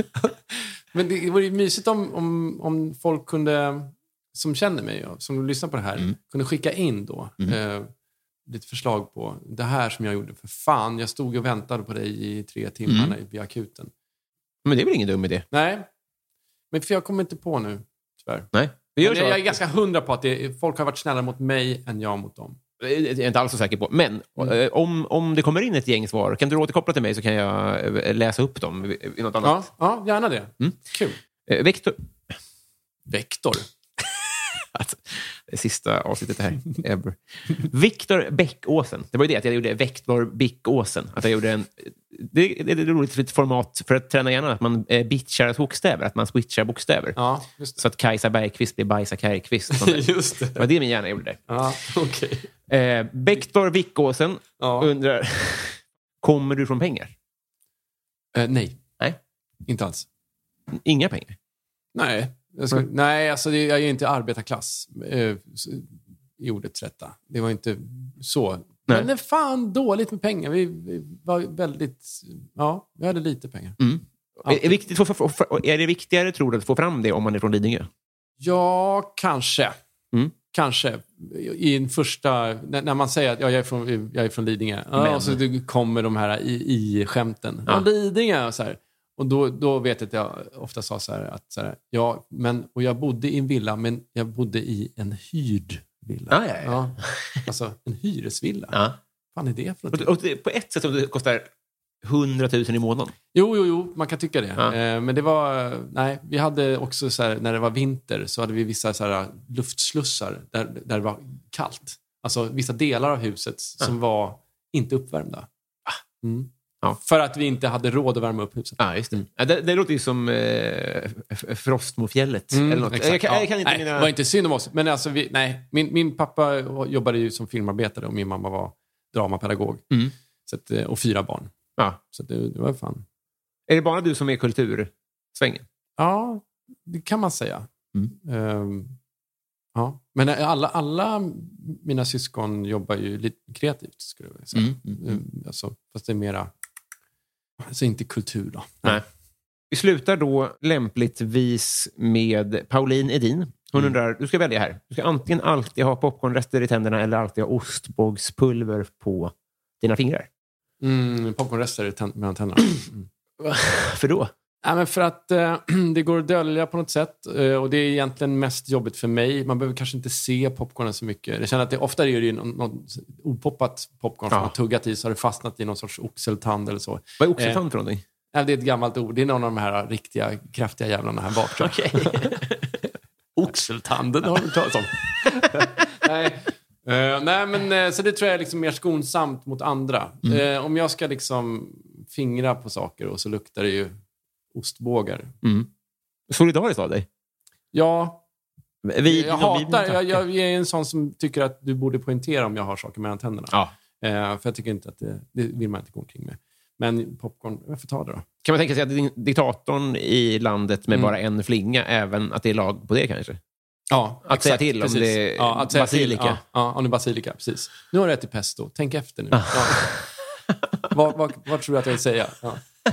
Men det vore ju mysigt om, om, om folk kunde, som känner mig, som lyssnar på det här, mm. kunde skicka in då mm. eh, lite förslag på det här som jag gjorde. För fan, jag stod och väntade på dig i tre timmar mm. vid akuten.
Men det är väl ingen dum idé?
Nej, men för jag kommer inte på nu, tyvärr.
Nej.
Jag, jag är ganska hundra på att det, folk har varit snällare mot mig än jag mot dem.
Jag är inte alls så säker på. Men mm. om, om det kommer in ett gäng svar, kan du återkoppla till mig så kan jag läsa upp dem i något annat.
Ja, ja gärna det. Mm. Kul.
Eh, Vektor.
Vektor?
Alltså, det sista avsnittet här. Ever. Viktor Bäckåsen. Det var ju det att jag gjorde Vektor Bäckåsen. Att jag gjorde en... Det, det, det är roligt för ett format för att träna gärna att man eh, bitchar bokstäver. Att man switchar bokstäver.
Ja, just det.
Så att Kajsa Bergqvist blir Bajsa Kajkvist.
Just det.
Det var det min hjärna gjorde där.
Ja, okej.
Okay. Eh, Vektor Bäckåsen ja. undrar... Kommer du från pengar?
Eh, nej.
Nej.
Inte alls.
Inga pengar?
Nej. Jag ska, mm. Nej, alltså det, jag är inte arbetarklass eh, i ordet rätta. Det var inte så. Nej. Men det är fan dåligt med pengar. Vi, vi var väldigt... Ja, vi hade lite pengar. Mm.
Är, är, viktigt, för, för, för, är det viktigare, tror du, att få fram det om man är från Lidingö?
Ja, kanske. Mm. Kanske. I en första... När, när man säger att ja, jag, är från, jag är från Lidingö. Ja, och så kommer de här i, i skämten. Ja. Ja, Lidingö och så här. Och då, då vet jag att jag ofta sa så här, att så här, ja, men, och jag bodde i en villa, men jag bodde i en hyrd villa.
Ah, ja, ja.
Ja, alltså en hyresvilla.
Ja.
Vad fan är det för något?
Och, och det, på ett sätt så det kostar hundratusen i månaden.
Jo, jo, jo, man kan tycka det.
Ja.
Eh, men det var, nej, vi hade också så här, när det var vinter så hade vi vissa så här luftslussar där, där det var kallt. Alltså vissa delar av huset som
Ja.
var inte uppvärmda. Mm.
Ja.
För att vi inte hade råd att värma upp huset.
Ja, just det. Ja, det, det låter ju som eh, Frostmofjället.
Mm,
eller något.
exakt.
Jag kan,
Ja.
jag kan inte
Nej,
mina...
det var inte synd om oss. Men alltså vi, nej, min, min pappa jobbade ju som filmarbetare och min mamma var dramapedagog.
Mm.
Så att, och fyra barn.
Ja.
Så att det, det var fan...
Är det bara du som är kultursvängen?
Ja, det kan man säga.
Mm.
Um, ja. Men alla, alla mina syskon jobbar ju lite kreativt, skulle jag säga.
Mm, mm, mm.
Alltså, fast det är mera... Alltså inte kultur då.
Nej. Vi slutar då lämpligtvis med Pauline Edin. Hon
Mm.
undrar, du ska välja här. Du ska antingen alltid ha popcornrester i tänderna eller alltid ha ostbågspulver på dina fingrar.
Mm, popcornrester tänd- mellan tänderna. Mm.
För då?
Ja, men för att eh, det går att dölja på något sätt. Eh, och det är egentligen mest jobbigt för mig. Man behöver kanske inte se popcornen så mycket. Jag känner att det ofta är det ju någon, någon opoppat popcorn som
Ja.
man tuggat i, så har det fastnat i någon sorts oxeltand eller så.
Vad är oxeltand för någonting?
Ja, det är ett gammalt ord. Det är någon av de här riktiga, kraftiga jävlarna här bak.
Okej.
Oxeltanden har du talat om. Nej. Uh, nej, men uh, så det tror jag är liksom mer skonsamt mot andra.
Mm.
Uh, om jag ska liksom fingra på saker och så luktar det ju ostbågar.
Mm. Solidariskt av dig.
Ja,
Vi,
jag hatar, jag, jag är en sån som tycker att du borde poängtera om jag har saker mellan tänderna.
Ja.
Uh, för jag tycker inte att det, det vill man inte gå omkring med. Men popcorn, varför tar det då?
Kan man tänka sig att din- diktatorn i landet med
Mm.
bara en flinga, även att det är lag på det kanske?
Ja,
Att säga till om
precis.
det är
ja, att säga
basilika.
Till, ja, ja, om det är basilika, precis. Nu har du rätt till pesto. Tänk efter nu. Ja. vad, vad, vad tror du att jag vill säga? Ja.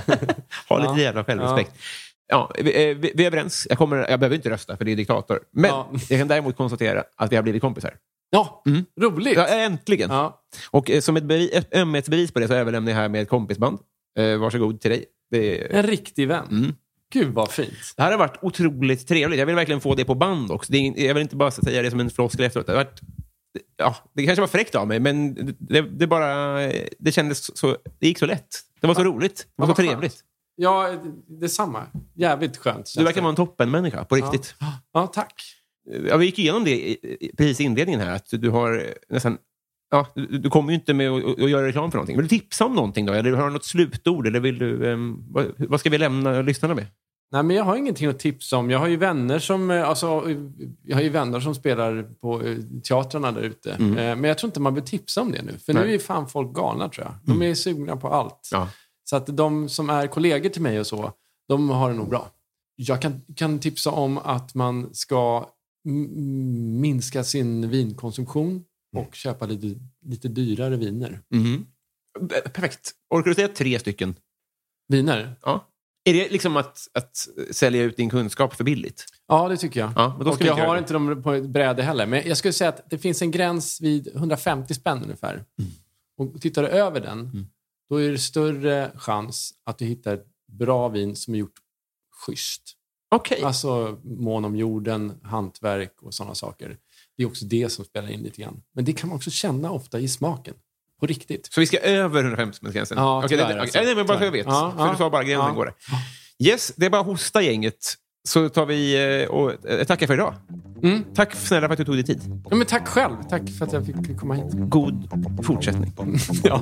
Ha lite
Ja.
jävla självrespekt. Ja. Ja, vi, vi, vi är överens. Jag, kommer, jag behöver inte rösta för det är diktator. Men
Ja.
jag kan däremot konstatera att vi har blivit kompisar.
Ja,
Mm.
roligt.
Ja, äntligen.
Ja.
Och eh, som ett, bevis, ett ömhetsbevis på det så överlämnar jag här med ett kompisband. Eh, varsågod till dig. Det,
En riktig vän.
Mm.
Gud vad fint.
det här har varit otroligt trevligt. Jag vill verkligen få det på band också. Det är, jag vill inte bara säga det som en floskel efteråt. Det har varit, ja, det kanske var fräckt av mig, men det, det bara det kändes så, det gick så lätt. Det var så roligt. Det var
Ja,
så
vad skönt.
trevligt.
Ja, det är samma. Jävligt skönt.
Du verkar vara en toppenmänniska, på riktigt.
Ja, ja tack.
Ja, vi gick igenom det i, i, precis i inledningen här, att du har nästan... Ja, du, du kommer ju inte med att, att göra reklam för någonting. Vill du tipsa om någonting då? Eller har du något slutord? Eller vill du, um, vad, vad ska vi lämna lyssnarna med?
Nej, men jag har ingenting att tipsa om. Jag har ju vänner som, eh, alltså, jag har ju vänner som spelar på eh, teatrarna där ute.
Mm.
Eh, Men jag tror inte man vill tipsa om det nu. För
Nej.
nu är fan folk galna, tror jag. De är sugna på allt.
Ja.
Så att de som är kollegor till mig och så, de har det nog bra. Jag kan, kan tipsa om att man ska m- minska sin vinkonsumtion och köpa lite, lite dyrare viner.
Mm. Perfekt. Orkar du säga tre stycken?
Viner?
Ja. Är det liksom att, att sälja ut din kunskap för billigt?
Ja, det tycker jag.
Ja, men då ska
och
vi
jag
inte göra
har
det.
inte dem på ett bräde heller. Men jag skulle säga att det finns en gräns vid hundrafemtio spänn ungefär.
Mm.
Och tittar du över den,
Mm.
då är det större chans att du hittar ett bra vin som är gjort schysst.
Okej.
Alltså mån om jorden, hantverk och sådana saker. Det är också det som spelar in lite grann. Men det kan man också känna ofta i smaken. På riktigt.
Så vi ska över hundrafemtio spännsgränsen?
Ja,
Okej,
tyvärr,
det,
alltså.
okay, nej, men bara så jag vet.
Ja,
för
ja.
du sa bara gränsen
Ja.
går där. Yes, det är bara att hosta gänget. Så tar vi eh, och eh, tackar för idag.
Mm.
Tack snälla för att du tog dig tid.
Ja, men tack själv. Tack för att jag fick komma hit.
God fortsättning.
Ja.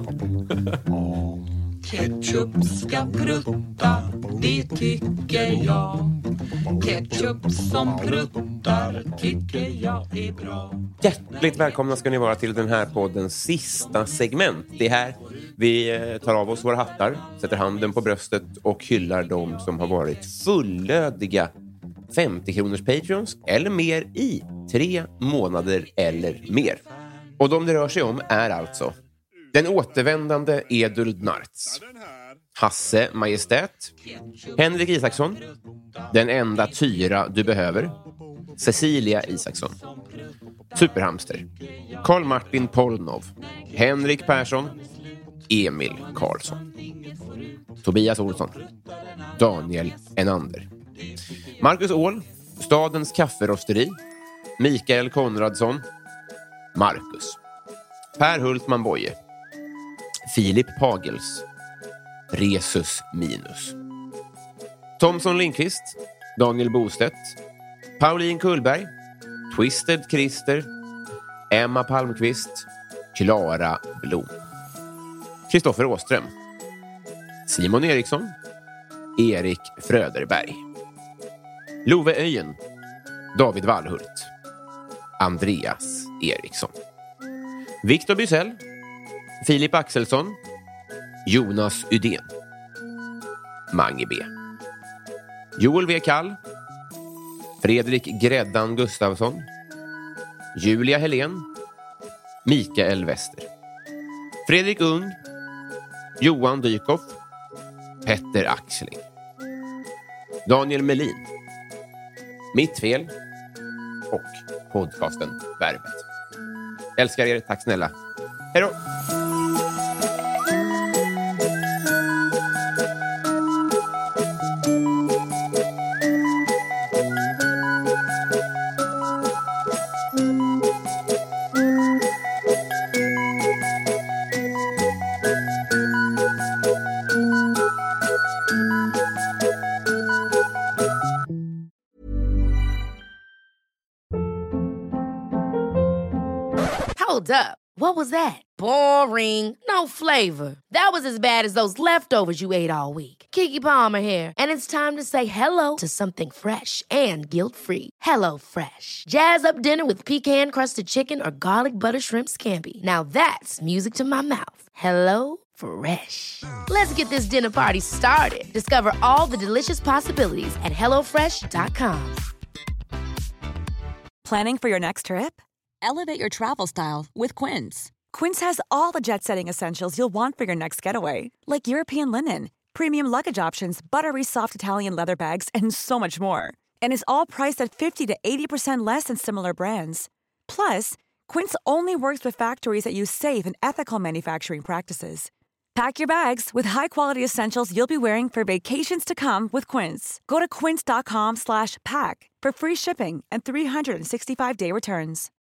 Ketchup ska prutta, det tycker jag. Ketchup som pruttar tycker jag är bra.
Hjärtligt välkomna ska ni vara till den här poddens sista segment. Det är här vi eh, tar av oss våra hattar, sätter handen på bröstet och hyllar de som har varit fullödiga femtio kronors Patreons eller mer i tre månader eller mer. Och de det rör sig om är alltså den återvändande Eduld Narts, Hasse Majestät, Henrik Isaksson, den enda Tyra du behöver, Cecilia Isaksson, Superhamster, Karl Martin Polnov, Henrik Persson, Emil Karlsson, Tobias Olsson, Daniel Enander. Marcus Åhl, Stadens kafferosteri. Mikael Konradsson, Marcus. Per Hultman Boye. Filip Pagels, Resus Minus. Thomson Lindqvist, Daniel Bostedt, Pauline Kullberg, Twisted Christer, Emma Palmqvist, Klara Blom. Kristoffer Åström, Simon Eriksson, Erik Fröderberg. Love Öjen, David Wallhult, Andreas Eriksson. Viktor Bysell, Filip Axelsson, Jonas Udén, Mange B. Joel W. Kall, Fredrik Gräddan Gustafsson, Julia Helén, Mikael Wester, Fredrik Ung, Johan Dykhoff, Petter Axling, Daniel Melin, Mitt fel och podcasten Värvet. Älskar er, tack snälla. Hej då!
Hold up. What was that? Boring. No flavor. That was as bad as those leftovers you ate all week. Keke Palmer here, and it's time to say hello to something fresh and guilt-free. Hello Fresh. Jazz up dinner with pecan-crusted chicken or garlic butter shrimp scampi. Now that's music to my mouth. Hello Fresh. Let's get this dinner party started. Discover all the delicious possibilities at hello fresh dot com.
Planning for your next trip? Elevate your travel style with Quince. Quince has all the jet-setting essentials you'll want for your next getaway, like European linen, premium luggage options, buttery soft Italian leather bags, and so much more. And is all priced at fifty to eighty percent less than similar brands. Plus, Quince only works with factories that use safe and ethical manufacturing practices. Pack your bags with high-quality essentials you'll be wearing for vacations to come with Quince. Go to quince dot com slash pack for free shipping and three sixty-five day returns.